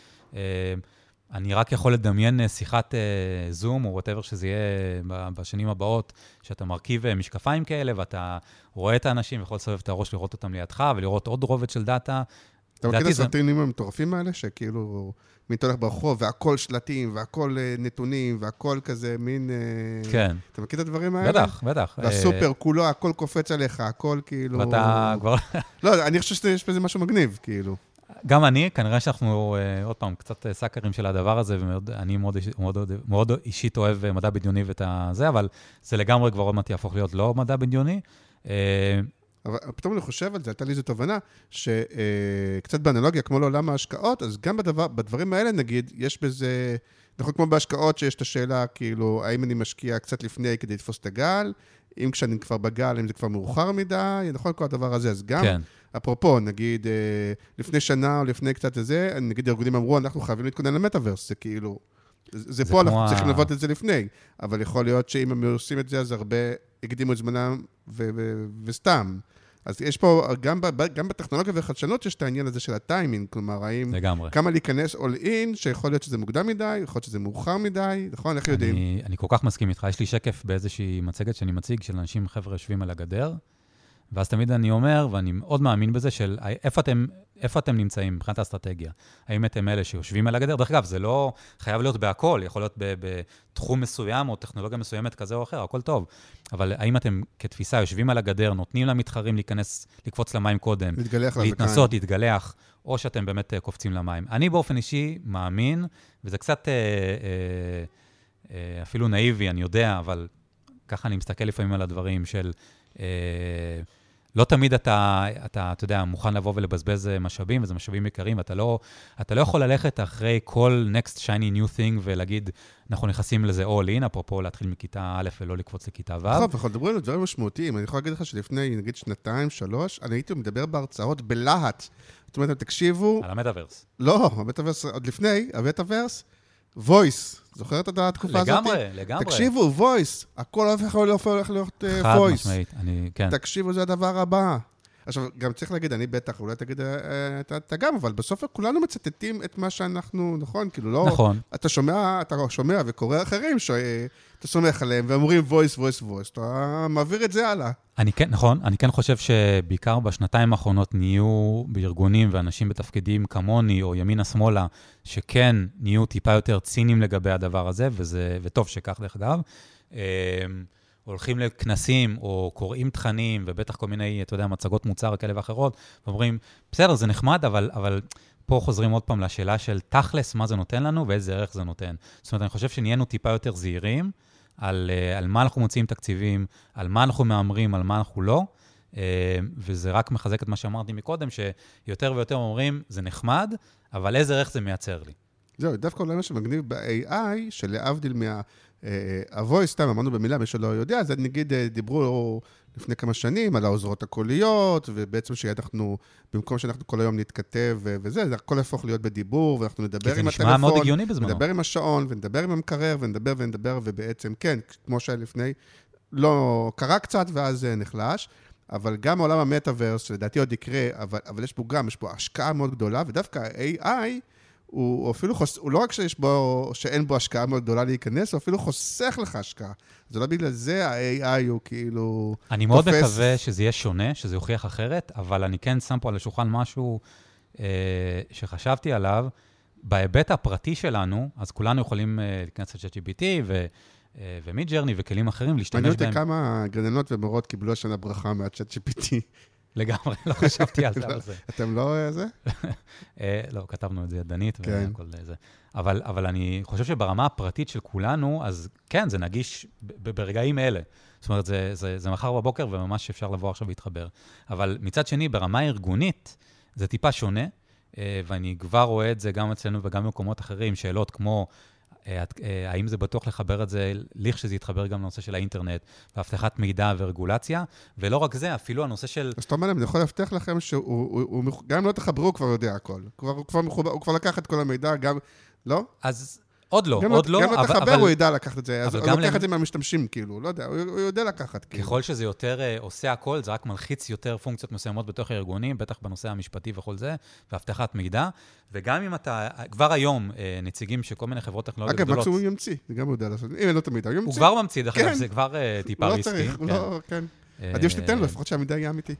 Speaker 4: אני רק יכול לדמיין שיחת זום, או whatever שזה יהיה בשנים הבאות, שאתה מרכיב משקפיים כאלה, ואתה רואה את האנשים, ויכול לסובב את הראש לראות אותם לידך, ולראות עוד רובד של דאטה.
Speaker 3: אתה מכיר את הסרטונים המטורפים האלה, שכאילו... מי תולך ברחוב, והכל שלטים, והכל נתונים, והכל כזה מין...
Speaker 4: כן.
Speaker 3: אתה מכיר את הדברים האלה?
Speaker 4: בטח, בטח.
Speaker 3: והסופר כולו, הכל קופץ עליך, הכל כאילו...
Speaker 4: ואתה כבר...
Speaker 3: לא, אני חושב שיש בזה משהו מגניב, כאילו.
Speaker 4: גם אני, כנראה שאנחנו, עוד פעם, קצת סאקרים של הדבר הזה, ואני מאוד, מאוד, מאוד אישית אוהב מדע בדיוני ואת זה, אבל זה לגמרי כבר עוד מעט יהפוך להיות לא מדע בדיוני.
Speaker 3: אבל פתאום אני חושב על זה, הייתה לי איזו תובנה, שקצת באנלוגיה, כמו לעולם ההשקעות, אז גם בדבר, בדברים האלה, נגיד, יש בזה, נכון כמו בהשקעות, שיש את השאלה, כאילו, האם אני משקיע קצת לפני כדי לתפוס את הגל, אם כשאני כבר בגל, אם זה כבר מאוחר מדי, נכון כל הדבר הזה, אז גם, כן. אפרופו, נגיד, לפני שנה או לפני קצת הזה, נגיד, הארגונים אמרו, אנחנו חייבים להתכונן למטאברס, זה כאילו, זה, זה פה, אנחנו ה... צריכים לבוא את זה לפני, אבל יכול להיות שאם הם עושים את זה, אז הרבה הקדימו את זמנם ו- ו- וסתם. אז יש פה, גם, ב- גם בטכנולוגיה וחדשנות, יש את העניין הזה של הטיימינג, כלומר, האם
Speaker 4: לגמרי.
Speaker 3: כמה להיכנס all in, שיכול להיות שזה מוקדם מדי, יכול להיות שזה מאוחר מדי, נכון? איך יודעים?
Speaker 4: אני, אני כל כך מסכים איתך, יש לי שקף באיזושהי מצגת שאני מציג, של אנשים חבר'ה יושבים על הגדר, ואז תמיד אני אומר, ואני מאוד מאמין בזה, של איפה אתם, איפה אתם נמצאים מבחינת האסטרטגיה? האם אתם אלה שיושבים על הגדר? דרך אגב, זה לא חייב להיות בהכל, יכול להיות בתחום מסוים או טכנולוגיה מסוימת כזה או אחר, הכל טוב. אבל האם אתם כתפיסה יושבים על הגדר, נותנים למתחרים להיכנס, לקפוץ למים קודם, להתנסות, להתגלח, או שאתם באמת קופצים למים. אני באופן אישי מאמין, וזה קצת אה, אה, אה, אפילו נאיבי, אני יודע, אבל ככה אני מסתכל לפעמים על הדברים של... אה, לא תמיד אתה, אתה, אתה יודע, מוכן לבוא ולבזבז משאבים, וזה משאבים יקרים, ואתה לא, אתה לא יכול ללכת אחרי כל next shiny new thing ולהגיד, אנחנו נכנסים לזה all in, אפרופו להתחיל מכיתה א' ולא לקפוץ לכיתה ו'.
Speaker 3: נכון, אנחנו מדברים על דברים משמעותיים. אני יכול להגיד לך שלפני, נגיד, שנתיים, שלוש, אני הייתי מדבר בהרצאות בלהט. זאת אומרת, תקשיבו...
Speaker 4: על המטאברס.
Speaker 3: לא, המטאברס, עוד לפני, המטאברס, voice. זוכרת את התקופה הזאת?
Speaker 4: לגמרי, לגמרי.
Speaker 3: תקשיבו, voice. הכל הולך להיות voice.
Speaker 4: חד משמעית, אני, כן.
Speaker 3: תקשיבו, זה הדבר הבא. עכשיו, גם צריך להגיד, אני בטח, אולי תגיד אתה גם, אבל בסוף כולנו מצטטים את מה שאנחנו, נכון? כאילו לא...
Speaker 4: נכון.
Speaker 3: אתה שומע, אתה שומע וקורא אחרים, שאתה סומך עליהם, ואומרים voice, voice, voice. אתה מעביר את זה הלאה.
Speaker 4: אני כן, נכון, אני כן חושב שבעיקר בשנתיים האחרונות נהיו בארגונים ואנשים בתפקידים כמוני או ימינה-שמאלה, שכן נהיו טיפה יותר ציניים לגבי הדבר הזה, וזה, וטוב שכך דרך אגב. הולכים לכנסים או קוראים תכנים, ובטח כל מיני, אתה יודע, מצגות מוצר כאלה ואחרות, ואומרים, בסדר, זה נחמד, אבל, אבל פה חוזרים עוד פעם לשאלה של תכלס, מה זה נותן לנו ואיזה ערך זה נותן. זאת אומרת, אני חושב שנהיינו טיפה יותר זהירים, על, על מה אנחנו מוציאים תקציבים, על מה אנחנו מאמרים, על מה אנחנו לא, וזה רק מחזק את מה שאמרתי מקודם, שיותר ויותר אומרים, זה נחמד, אבל איזה ערך זה מייצר לי.
Speaker 3: זהו, דווקא אולי מה שמגניב ב-איי איי, שלהבדיל מה... ה-voice, סתם, אמרנו במילה, מי שלא יודע, אז נגיד דיברו לפני כמה שנים על העוזרות הקוליות, ובעצם שאנחנו, במקום שאנחנו כל היום נתכתב וזה, זה הכל יהפוך להיות בדיבור, ואנחנו נדבר עם הטלפון, נדבר עם השעון, ונדבר עם המקרר, ונדבר ונדבר, ובעצם, כן, כמו שהיה לפני, לא קרה קצת, ואז נחלש, אבל גם העולם המטאברס, לדעתי עוד יקרה, אבל, אבל יש בו גם, יש בו השקעה מאוד גדולה, ודווקא ה-איי איי, הוא אפילו חוס... הוא לא רק שיש בו, שאין בו השקעה מאוד גדולה להיכנס, הוא אפילו חוסך לך השקעה. זה לא בגלל זה ה-איי איי הוא כאילו...
Speaker 4: אני מאוד תופס... מקווה שזה יהיה שונה, שזה יוכיח אחרת, אבל אני כן שם פה על השולחן משהו אה, שחשבתי עליו. בהיבט הפרטי שלנו, אז כולנו יכולים אה, להיכנס ל-ChatGPT ו... ומידג'רני וכלים אחרים, להשתמש בהם.
Speaker 3: מעניין אותי כמה גננות ומורות קיבלו השנה ברכה מה-ChatGPT.
Speaker 4: לגמרי, לא חשבתי על זה.
Speaker 3: אתם לא זה?
Speaker 4: לא, כתבנו את זה ידנית וכל זה. אבל אני חושב שברמה הפרטית של כולנו, אז כן, זה נגיש ברגעים אלה. זאת אומרת, זה מחר בבוקר וממש אפשר לבוא עכשיו להתחבר. אבל מצד שני, ברמה הארגונית, זה טיפה שונה, ואני כבר רואה את זה גם אצלנו וגם במקומות אחרים, שאלות כמו, האם זה בטוח לחבר את זה, ליך שזה יתחבר גם לנושא של האינטרנט, והבטחת מידע ורגולציה, ולא רק זה, אפילו הנושא של...
Speaker 3: אז אתה אומר להם, אני יכול להבטיח לכם שגם לא תחברו, הוא כבר יודע הכל. הוא כבר לקח את כל המידע, גם... לא?
Speaker 4: אז... עוד לא, עוד לא.
Speaker 3: גם לא תחבר, הוא ידע לקחת את זה. אז הוא לוקח את זה מהמשתמשים, כאילו, לא יודע, הוא יודע לקחת.
Speaker 4: ככל שזה יותר עושה הכל, זה רק מלחיץ יותר פונקציות מסוימות בתוך הארגונים, בטח בנושא המשפטי וכל זה, והבטחת מידע. וגם אם אתה, כבר היום, נציגים של כל מיני חברות טכנולוגיות גדולות...
Speaker 3: אגב, מקסימום ימציא, זה גם הוא יודע לעשות. אם אין לו את המידע, הוא ימציא.
Speaker 4: הוא כבר ממציא, דרך אגב, זה כבר טיפה ריסקי.
Speaker 3: לא, כן. עדיף שתיתן לו, לפחות שהמידע יהיה אמיתי.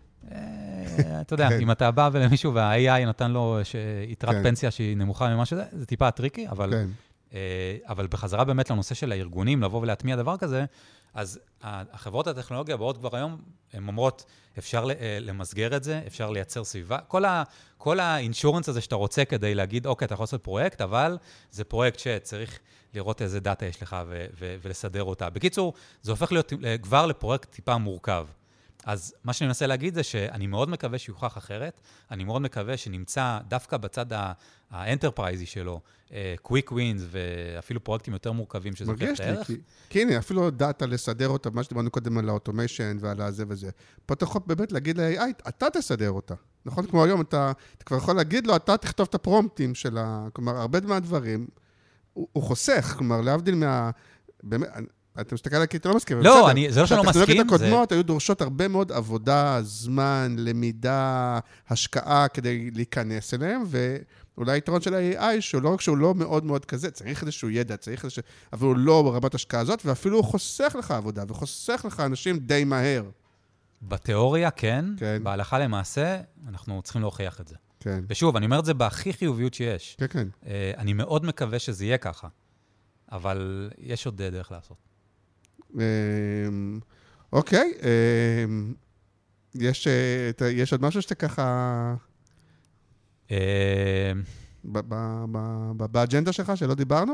Speaker 4: אתה יודע, אם אתה בא ולמישהו וה-איי איי נתן לו יתרת פנסיה שהיא נמוכה ממה שזה, זה טיפה טריקי, אבל אבל בחזרה באמת לנושא של הארגונים, לבוא ולהטמיע דבר כזה, אז החברות הטכנולוגיה באות כבר היום, הן אומרות, אפשר למסגר את זה, אפשר לייצר סביבה, כל ה, כל האינשורנס הזה שאתה רוצה כדי להגיד, אוקיי, אתה יכול לעשות פרויקט, אבל זה פרויקט שצריך לראות איזה דאטה יש לך ו- ו- ולסדר אותה. בקיצור, זה הופך להיות כבר לפרויקט טיפה מורכב. אז מה שאני מנסה להגיד זה שאני מאוד מקווה שיוכח אחרת, אני מאוד מקווה שנמצא דווקא בצד האנטרפרייזי שלו, קוויק ווינס ואפילו פרויקטים יותר מורכבים שזה הופך את הערך.
Speaker 3: כי הנה, אפילו דאטה לסדר אותה, מה שדיברנו קודם על האוטומיישן ועל הזה וזה. פה אתה יכול באמת להגיד ל-איי איי, אתה תסדר אותה. נכון? כמו היום, אתה, אתה כבר יכול להגיד לו, אתה תכתוב את הפרומפטים שלה, כלומר, הרבה מהדברים, הוא, הוא חוסך, כלומר, להבדיל מה... באמת, אתה מסתכל עליי כי אתה לא מסכים.
Speaker 4: לא, אני, זה לא שאני לא מסכים.
Speaker 3: הטכנולוגיות הקודמות היו דורשות הרבה מאוד עבודה, זמן, למידה, השקעה כדי להיכנס אליהם, ואולי היתרון של ה-איי איי, שהוא לא רק שהוא לא מאוד מאוד כזה, צריך איזשהו ידע, צריך איזשהו, אבל הוא לא ברמת השקעה הזאת, ואפילו הוא חוסך לך עבודה, וחוסך לך אנשים די מהר.
Speaker 4: בתיאוריה, כן.
Speaker 3: כן.
Speaker 4: בהלכה למעשה, אנחנו צריכים להוכיח את זה.
Speaker 3: כן.
Speaker 4: ושוב, אני אומר את זה בהכי חיוביות שיש.
Speaker 3: כן, כן.
Speaker 4: אה, אני מאוד מקווה שזה יהיה ככה, אבל יש עוד דרך לעשות.
Speaker 3: אה, אוקיי. אה, יש, אה, יש עוד משהו שאתה ככה...
Speaker 4: אה,
Speaker 3: ב- ב- ב- ב- באג'נדה שלך שלא דיברנו?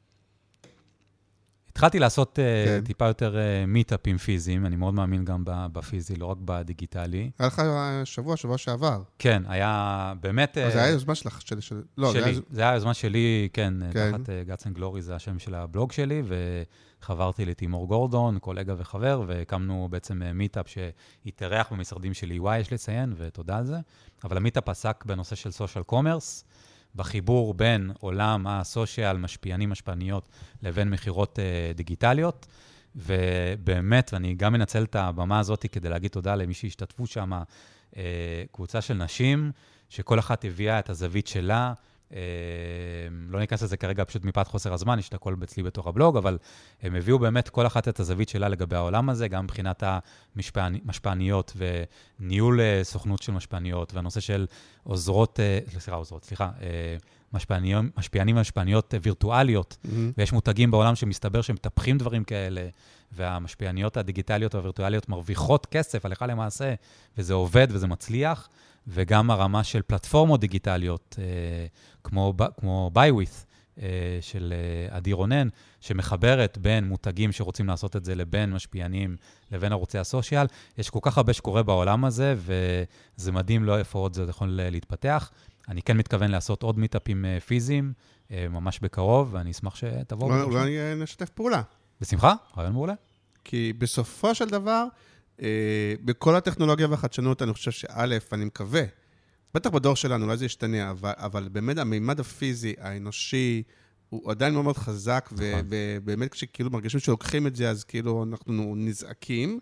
Speaker 4: התחלתי לעשות אה,
Speaker 3: כן.
Speaker 4: טיפה יותר אה, מיטאפים פיזיים, אני מאוד מאמין גם ב- בפיזי, לא רק בדיגיטלי.
Speaker 3: היה לך שבוע, שבוע שעבר.
Speaker 4: כן, היה באמת...
Speaker 3: אז
Speaker 4: אה,
Speaker 3: זה היה יוזמה שלך, של... של- לא, זה
Speaker 4: שלי.
Speaker 3: היה...
Speaker 4: זה היה היוזמה שלי, כן,
Speaker 3: כן.
Speaker 4: תחת גאטס אנד גלורי, זה השם של הבלוג שלי, וחברתי לתימור גורדון, קולגה וחבר, והקמנו בעצם מיטאפ שהתארח במשרדים של אי וואי, יש לציין, ותודה על זה. אבל המיטאפ עסק בנושא של סושיאל קומרס, בחיבור בין עולם הסושיאל, משפיענים, משפיעניות, לבין מחירות uh, דיגיטליות, ובאמת, ואני גם מנצל את הבמה הזאת כדי להגיד תודה למי שהשתתפו שם, uh, קבוצה של נשים, שכל אחת הביאה את הזווית שלה, uh, לא ניכנס לזה כרגע פשוט מפאת חוסר הזמן, יש את הכל אצלי בתוך הבלוג, אבל הם הביאו באמת כל אחת את הזווית שלה לגבי העולם הזה, גם מבחינת המשפיעניות וניהול uh, סוכנות של משפיעניות, והנושא של עוזרות, uh, סליחה, עוזרות, סליחה, uh, משפיענים, משפיענים ומשפיעניות וירטואליות, mm-hmm. ויש מותגים בעולם שמסתבר שמטפחים דברים כאלה, והמשפיעניות הדיגיטליות והווירטואליות מרוויחות כסף, הלכה למעשה, וזה עובד וזה מצליח, וגם הרמה של פלטפורמות דיגיטליות, אה, כמו, כמו BuyWith, אה, של אה, עדי רונן, שמחברת בין מותגים שרוצים לעשות את זה לבין משפיענים, לבין ערוצי הסושיאל. יש כל כך הרבה שקורה בעולם הזה, וזה מדהים לא איפה עוד זה יכול להתפתח. אני כן מתכוון לעשות עוד מיטאפים פיזיים, ממש בקרוב, ואני אשמח שתבואו.
Speaker 3: אולי נשתף פעולה.
Speaker 4: בשמחה, רעיון מעולה. כי
Speaker 3: בסופו של דבר, בכל הטכנולוגיה והחדשנות, אני חושב שא', אני מקווה, בטח בדור שלנו, אולי זה ישתנה, אבל, אבל באמת המימד הפיזי, האנושי, הוא עדיין מאוד מאוד חזק, נכון. ו- ובאמת כשכאילו מרגישים שלוקחים את זה, אז כאילו אנחנו נזעקים.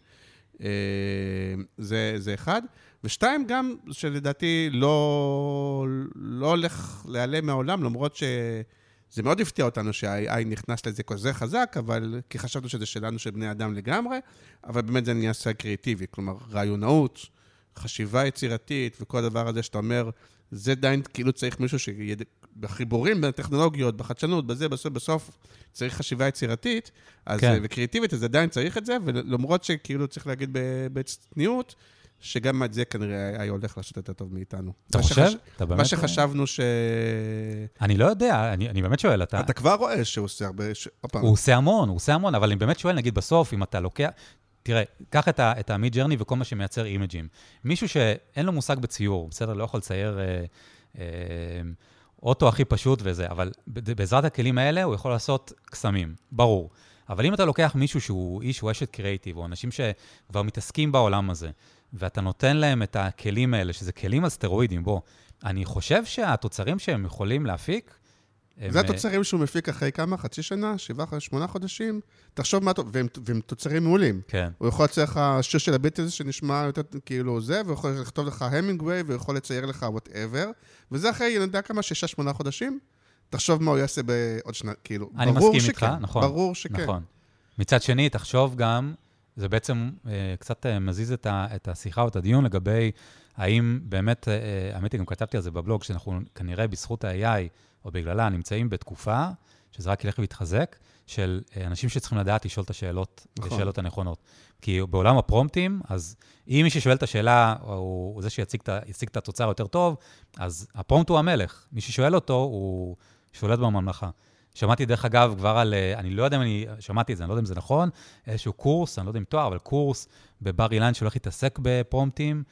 Speaker 3: זה, זה אחד. ושתיים גם, שלדעתי לא, לא הולך להיעלם מהעולם, למרות שזה מאוד הפתיע אותנו שה-איי איי נכנס לזה כזה חזק, אבל כי חשבנו שזה שלנו, של בני אדם לגמרי, אבל באמת זה נהיה סייג קריאטיבי, כלומר, רעיונאות, חשיבה יצירתית, וכל הדבר הזה שאתה אומר, זה דיין כאילו צריך מישהו שיד... בחיבורים, בטכנולוגיות, בחדשנות, בזה, בסוף, בסוף צריך חשיבה יצירתית, אז, כן. וקריאטיבית, אז עדיין צריך את זה, ולמרות שכאילו צריך להגיד בצניעות, שגם את זה כנראה היה הולך לעשות יותר טוב מאיתנו.
Speaker 4: אתה חושב?
Speaker 3: שחש... אתה באמת... מה שחשבנו ש...
Speaker 4: אני לא יודע, אני, אני באמת שואל, אתה...
Speaker 3: אתה כבר רואה שהוא עושה הרבה... ש...
Speaker 4: הוא עושה המון, הוא עושה המון, אבל אני באמת שואל, נגיד בסוף, אם אתה לוקח... תראה, קח את, ה, את המיד ג'רני וכל מה שמייצר אימג'ים. מישהו שאין לו מושג בציור, בסדר, לא יכול לצייר אה, אה, אוטו הכי פשוט וזה, אבל בעזרת הכלים האלה הוא יכול לעשות קסמים, ברור. אבל אם אתה לוקח מישהו שהוא איש, הוא אשת קריאיטיב, או אנשים שכבר מתעסקים בעולם הזה, ואתה נותן להם את הכלים האלה, שזה כלים על סטרואידים, בוא, אני חושב שהתוצרים שהם יכולים להפיק,
Speaker 3: זה התוצרים שהוא מפיק אחרי כמה? חצי שנה? שבעה, שמונה חודשים? תחשוב מה... והם, והם תוצרים מעולים.
Speaker 4: כן.
Speaker 3: הוא יכול לצייר לך שיר של הביט הזה שנשמע יותר כאילו זה, והוא יכול לכתוב לך המינגווי, והוא יכול לצייר לך whatever, וזה אחרי, אני יודע כמה, שישה, שמונה חודשים? תחשוב מה הוא יעשה בעוד שנה, כאילו,
Speaker 4: אני
Speaker 3: ברור
Speaker 4: מסכים
Speaker 3: שכן.
Speaker 4: איתך, נכון.
Speaker 3: ברור שכן.
Speaker 4: נכון. מצד שני, תחשוב גם, זה בעצם אה, קצת אה, מזיז את, ה, את השיחה או את הדיון לגבי האם באמת, אה, האמת היא, גם כתבתי על זה בבלוג, שאנחנו כנראה בזכות ה-איי איי, או בגללה, נמצאים בתקופה, שזה רק ילך ויתחזק, של אנשים שצריכים לדעת לשאול את השאלות, נכון. השאלות הנכונות. כי בעולם הפרומפטים, אז אם מי ששואל את השאלה, הוא זה שיציג את התוצר יותר טוב, אז הפרומפט הוא המלך. מי ששואל אותו, הוא שולט בממלכה. שמעתי דרך אגב כבר על, אני לא יודע אם אני, שמעתי את זה, אני לא יודע אם זה נכון, איזשהו קורס, אני לא יודע אם תואר, אבל קורס בבר אילן שהולך להתעסק בפרומפטים,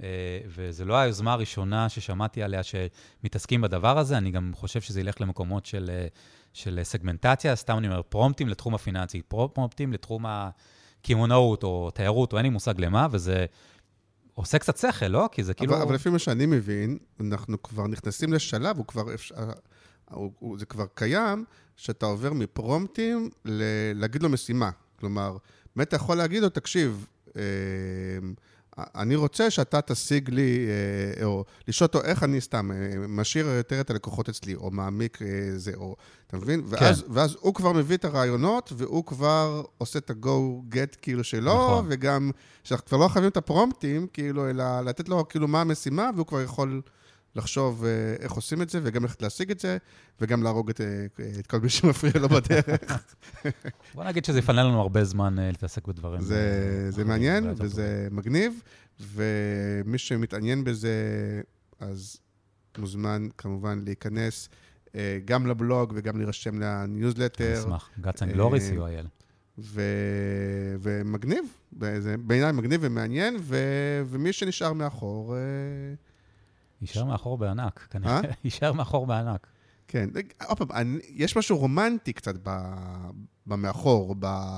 Speaker 4: וזה לא היוזמה הראשונה ששמעתי עליה שמתעסקים בדבר הזה, אני גם חושב שזה ילך למקומות של, של סגמנטציה, סתם אני אומר, פרומפטים לתחום הפיננסי, פרומפטים לתחום הכימונאות או תיירות, או אין לי מושג למה, וזה עושה קצת שכל, לא? כי זה כאילו...
Speaker 3: אבל, אבל לפי מה שאני מבין, אנחנו כבר נכנסים לשלב, הוא כבר אפשר... הוא, הוא, זה כבר קיים, שאתה עובר מפרומפטים ל- להגיד לו משימה. כלומר, באמת אתה יכול להגיד לו, תקשיב, אה, אני רוצה שאתה תשיג לי, או לשאול אותו איך אני סתם משאיר יותר את הלקוחות אצלי, או מעמיק זה, או, אתה מבין? ואז, כן. ואז הוא כבר מביא את הרעיונות, והוא כבר עושה את ה-go-get כאילו שלו, נכון. וגם שאנחנו כבר לא חייבים את הפרומפטים, כאילו, אלא לתת לו כאילו מה המשימה, והוא כבר יכול לחשוב איך עושים את זה, וגם איך להשיג את זה, וגם להרוג את, את כל מי שמפריע לו בדרך.
Speaker 4: בוא נגיד שזה יפנה לנו הרבה זמן להתעסק בדברים.
Speaker 3: זה, זה מעניין, וזה מגניב, ומי שמתעניין בזה, אז מוזמן כמובן להיכנס גם לבלוג וגם להירשם לניוזלטר.
Speaker 4: אני אשמח, גאטס אנד גלורי, סי או איי אל.
Speaker 3: ומגניב, בעיניי מגניב ומעניין, ומי שנשאר מאחור...
Speaker 4: יישאר מאחור בענק, כנראה. יישאר מאחור בענק.
Speaker 3: כן, עוד פעם, יש משהו רומנטי קצת במאחור,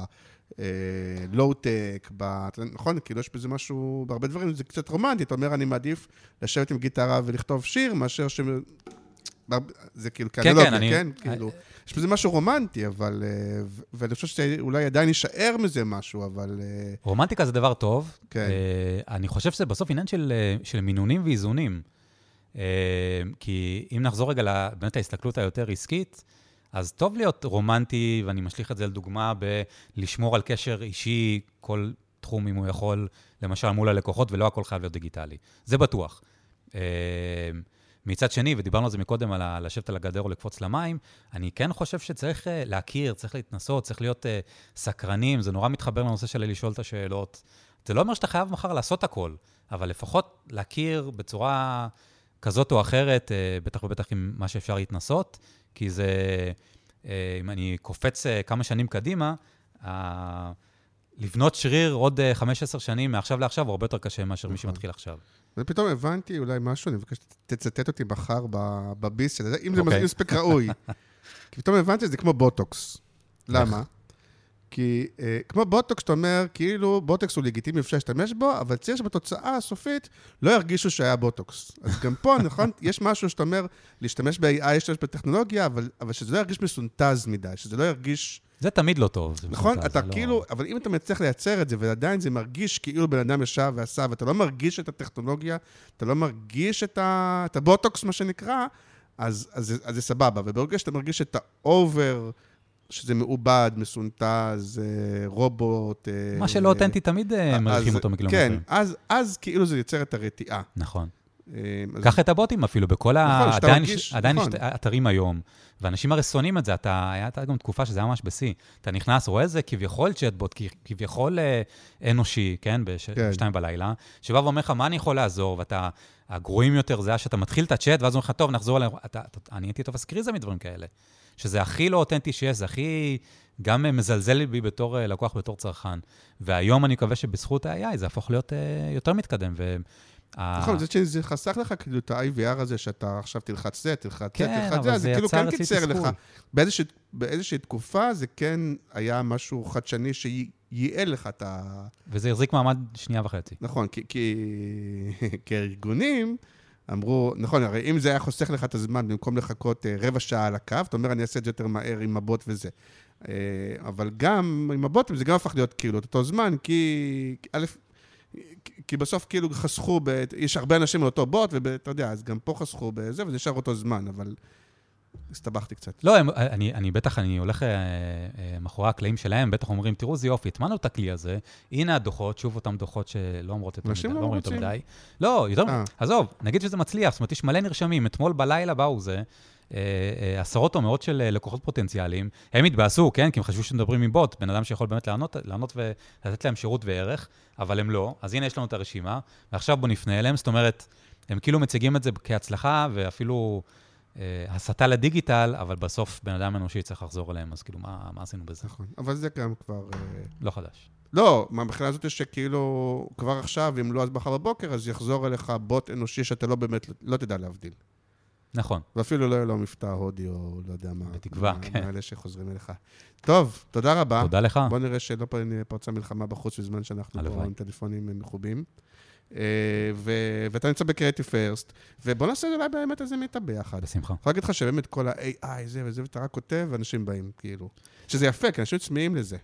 Speaker 3: בלואו-טק, נכון? כאילו יש בזה משהו, בהרבה דברים זה קצת רומנטי, אתה אומר, אני מעדיף לשבת עם גיטרה ולכתוב שיר, מאשר ש... זה כאילו כאנלוגיה, כן? כאילו, יש בזה משהו רומנטי, אבל... ואני חושב שאולי עדיין יישאר מזה משהו, אבל...
Speaker 4: רומנטיקה זה דבר טוב. אני חושב שזה בסוף עניין של מינונים ואיזונים. כי אם נחזור רגע באמת ההסתכלות היותר עסקית, אז טוב להיות רומנטי, ואני משליך את זה לדוגמה, בלשמור על קשר אישי, כל תחום אם הוא יכול, למשל מול הלקוחות, ולא הכל חייב להיות דיגיטלי. זה בטוח. מצד שני, ודיברנו על זה מקודם, על לשבת על הגדר או לקפוץ למים, אני כן חושב שצריך להכיר, צריך להתנסות, צריך להיות סקרנים, זה נורא מתחבר לנושא של לשאול את השאלות. זה לא אומר שאתה חייב מחר לעשות הכל, אבל לפחות להכיר בצורה כזאת או אחרת, בטח ובטח עם מה שאפשר להתנסות, כי זה, אם אני קופץ כמה שנים קדימה, לבנות שריר עוד חמש עשר שנים מעכשיו לעכשיו, הוא הרבה יותר קשה מאשר מי שמתחיל עכשיו.
Speaker 3: ופתאום הבנתי אולי משהו, אני מבקש שתצטט אותי מחר בביס של זה, אם זה מספיק ראוי. כי פתאום הבנתי שזה כמו בוטוקס. למה? כי כמו בוטוקס, אתה אומר, כאילו בוטוקס הוא לגיטימי, אפשר להשתמש בו, אבל צריך שבתוצאה הסופית לא ירגישו שהיה בוטוקס. אז גם פה, נכון, יש משהו שאתה אומר, להשתמש ב-איי איי, להשתמש בטכנולוגיה, אבל שזה לא ירגיש מסונטז מדי, שזה לא ירגיש...
Speaker 4: זה תמיד לא טוב.
Speaker 3: נכון, אתה כאילו, אבל אם אתה מצליח לייצר את זה, ועדיין זה מרגיש כאילו בן אדם ישב ועשה, ואתה לא מרגיש את הטכנולוגיה, אתה לא מרגיש את הבוטוקס, מה שנקרא, אז זה סבבה. וברגע שאתה מרגיש את האובר, שזה מעובד, מסונטז, רובוט...
Speaker 4: מה שלא אותנטי תמיד מרגישים אותו מקילומטרים.
Speaker 3: כן, אז כאילו זה יוצר את הרתיעה.
Speaker 4: נכון. קח את הבוטים אפילו, בכל ה... עדיין יש אתרים היום, ואנשים הרי שונאים את זה, הייתה גם תקופה שזה היה ממש בסי, אתה נכנס, רואה איזה כביכול צ'אטבוט, כביכול אנושי, כן, בשתיים בלילה, שבא ואומר לך, מה אני יכול לעזור, ואתה, הגרועים יותר זה היה שאתה מתחיל את הצ'אט, ואז אומר לך, טוב, נחזור אליהם, אני הייתי טוב אסקריזה מדברים כאלה, שזה הכי לא אותנטי שיש, זה הכי גם מזלזל בי בתור לקוח, בתור צרכן, והיום אני מקווה שבזכות ה-איי איי זה הפוך להיות יותר מתקדם, ו...
Speaker 3: נכון, זה חסך לך כאילו את ה-איי וי אר הזה, שאתה עכשיו תלחץ זה, תלחץ זה, תלחץ זה, זה כאילו כן קיצר לך. באיזושהי תקופה זה כן היה משהו חדשני שייעל לך את ה...
Speaker 4: וזה יחזיק מעמד שנייה וחצי.
Speaker 3: נכון, כי הארגונים אמרו, נכון, הרי אם זה היה חוסך לך את הזמן, במקום לחכות רבע שעה על הקו, אתה אומר, אני אעשה את זה יותר מהר עם הבוט וזה. אבל גם עם הבוטים זה גם הפך להיות כאילו את אותו זמן, כי א', כי בסוף כאילו חסכו, ב... יש הרבה אנשים לאותו בוט, ואתה יודע, אז גם פה חסכו בזה, וזה נשאר אותו זמן, אבל הסתבכתי קצת.
Speaker 4: לא, אני, אני בטח, אני הולך מאחורי הקלעים שלהם, בטח אומרים, תראו זה יופי, התמנו את הכלי הזה, הנה הדוחות, שוב אותם דוחות שלא אומרות יותר מדי, לא אומרים יותר מדי. לא, יותר, עזוב, נגיד שזה מצליח, זאת אומרת, יש מלא נרשמים, אתמול בלילה באו זה, עשרות או מאות של לקוחות פוטנציאליים, הם התבאסו, כן? כי הם חשבו שמדברים עם בוט, בן אדם שיכול באמת לענות, לענות ולתת להם שירות וערך, אבל הם לא. אז הנה יש לנו את הרשימה, ועכשיו בוא נפנה אליהם, זאת אומרת, הם כאילו מציגים את זה כהצלחה, ואפילו אה, הסתה לדיגיטל, אבל בסוף בן אדם אנושי צריך לחזור אליהם, אז כאילו, מה, מה עשינו בזה?
Speaker 3: נכון, אבל זה גם כבר... אה...
Speaker 4: לא חדש.
Speaker 3: לא, מהבחינה הזאת שכאילו, כבר עכשיו, אם לא אז מחר בבוקר, אז יחזור אליך בוט אנושי שאתה לא באמת, לא תדע להבדיל.
Speaker 4: נכון.
Speaker 3: ואפילו לא יהיה לו מבטא הודי או לא יודע מה.
Speaker 4: בתקווה, כן.
Speaker 3: מה אלה שחוזרים אליך. טוב, תודה רבה.
Speaker 4: תודה לך.
Speaker 3: בוא נראה שלא פרצה מלחמה בחוץ בזמן שאנחנו פה עם טלפונים מחובים. ואתה נמצא בקריאטיב פרסט, ובוא נעשה אולי באמת איזה מיטה ביחד.
Speaker 4: בשמחה.
Speaker 3: אני יכול להגיד לך שבאמת כל ה-איי איי זה וזה, ואתה רק כותב, ואנשים באים, כאילו. שזה יפה, כי אנשים צמאים לזה.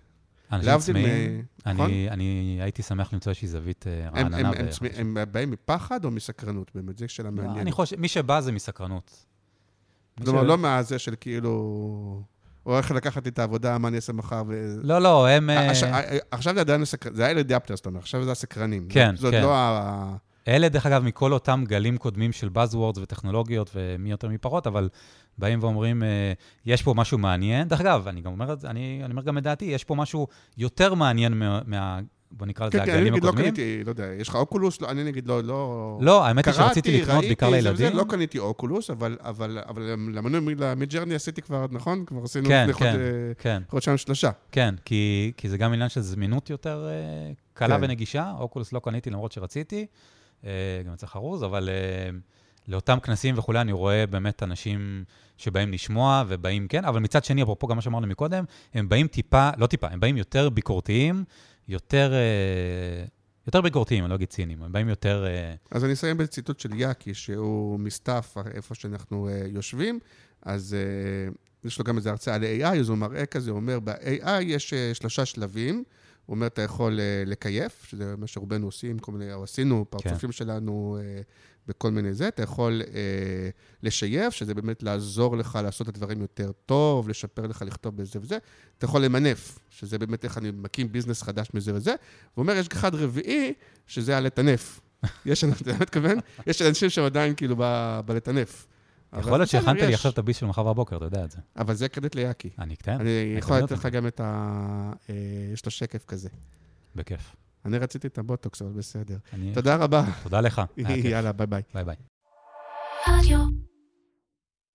Speaker 4: אנשים צמאים, אני, אני הייתי שמח למצוא איזושהי זווית רעננה.
Speaker 3: הם, הם, הם, הם באים מפחד או מסקרנות? באמת, זה שאלה מעניינת.
Speaker 4: אני חושב, מי שבא זה מסקרנות.
Speaker 3: כלומר, לא מהזה של כאילו... או איך לקחת את העבודה, מה אני אעשה מחר ו...
Speaker 4: לא, לא, הם...
Speaker 3: עכשיו זה עדיין סקרנים, זה היה לדאפטר, זאת אומרת, עכשיו זה הסקרנים.
Speaker 4: כן,
Speaker 3: זאת
Speaker 4: כן.
Speaker 3: לא ה...
Speaker 4: אלה, דרך אגב, מכל אותם גלים קודמים של Buzzwords וטכנולוגיות ומי יותר מפחות, אבל באים ואומרים, יש פה משהו מעניין. דרך אגב, אני גם אומר את זה, אני אומר גם את דעתי, יש פה משהו יותר מעניין מה... בוא נקרא לזה, הגלים הקודמים.
Speaker 3: כן, כן, אני נגיד לא קניתי, לא יודע, יש לך אוקולוס? אני נגיד לא, לא...
Speaker 4: לא, האמת היא שרציתי לקנות בעיקר לילדים.
Speaker 3: לא קניתי אוקולוס, אבל למנוי מג'רני עשיתי כבר, נכון? כבר עשינו חודשיים שלושה.
Speaker 4: כן, כי זה גם עניין של זמינות יותר קלה ונגישה. אוקולוס לא קניתי למרות שרציתי, גם יצא חרוז, אבל לאותם כנסים וכולי, אני רואה באמת אנשים שבאים לשמוע ובאים, כן, אבל מצד שני, אפרופו גם מה שאמרנו מקודם, הם באים טיפה, לא טיפה, הם באים יותר ביקורתיים, יותר, יותר ביקורתיים, אני לא אגיד ציניים, הם באים יותר...
Speaker 3: אז אני אסיים בציטוט של יאקי, שהוא מסתף איפה שאנחנו יושבים, אז יש לו גם איזו הרצאה על-איי איי, אז הוא מראה כזה, הוא אומר, ב-איי איי יש שלושה שלבים, הוא אומר, אתה יכול לקייף, שזה מה שרובנו עושים, כל מיני, או עשינו, פרצופים שלנו בכל מיני זה, אתה יכול לשייף, שזה באמת לעזור לך לעשות את הדברים יותר טוב, לשפר לך, לכתוב בזה וזה, אתה יכול למנף, שזה באמת איך אני מקים ביזנס חדש מזה וזה, והוא אומר, יש אחד רביעי, שזה הלטנף. יש, אתה מתכוון? יש אנשים שעדיין כאילו בלטנף.
Speaker 4: יכול להיות שהכנת לי עכשיו את הביס של מחר בבוקר, אתה יודע את זה.
Speaker 3: אבל זה קרדיט ליאקי.
Speaker 4: אני אקטן.
Speaker 3: אני יכול לתת לך גם את ה... יש לו שקף כזה.
Speaker 4: בכיף.
Speaker 3: אני רציתי את הבוטוקס, אבל בסדר. תודה רבה.
Speaker 4: תודה לך.
Speaker 3: יאללה, ביי ביי.
Speaker 4: ביי ביי.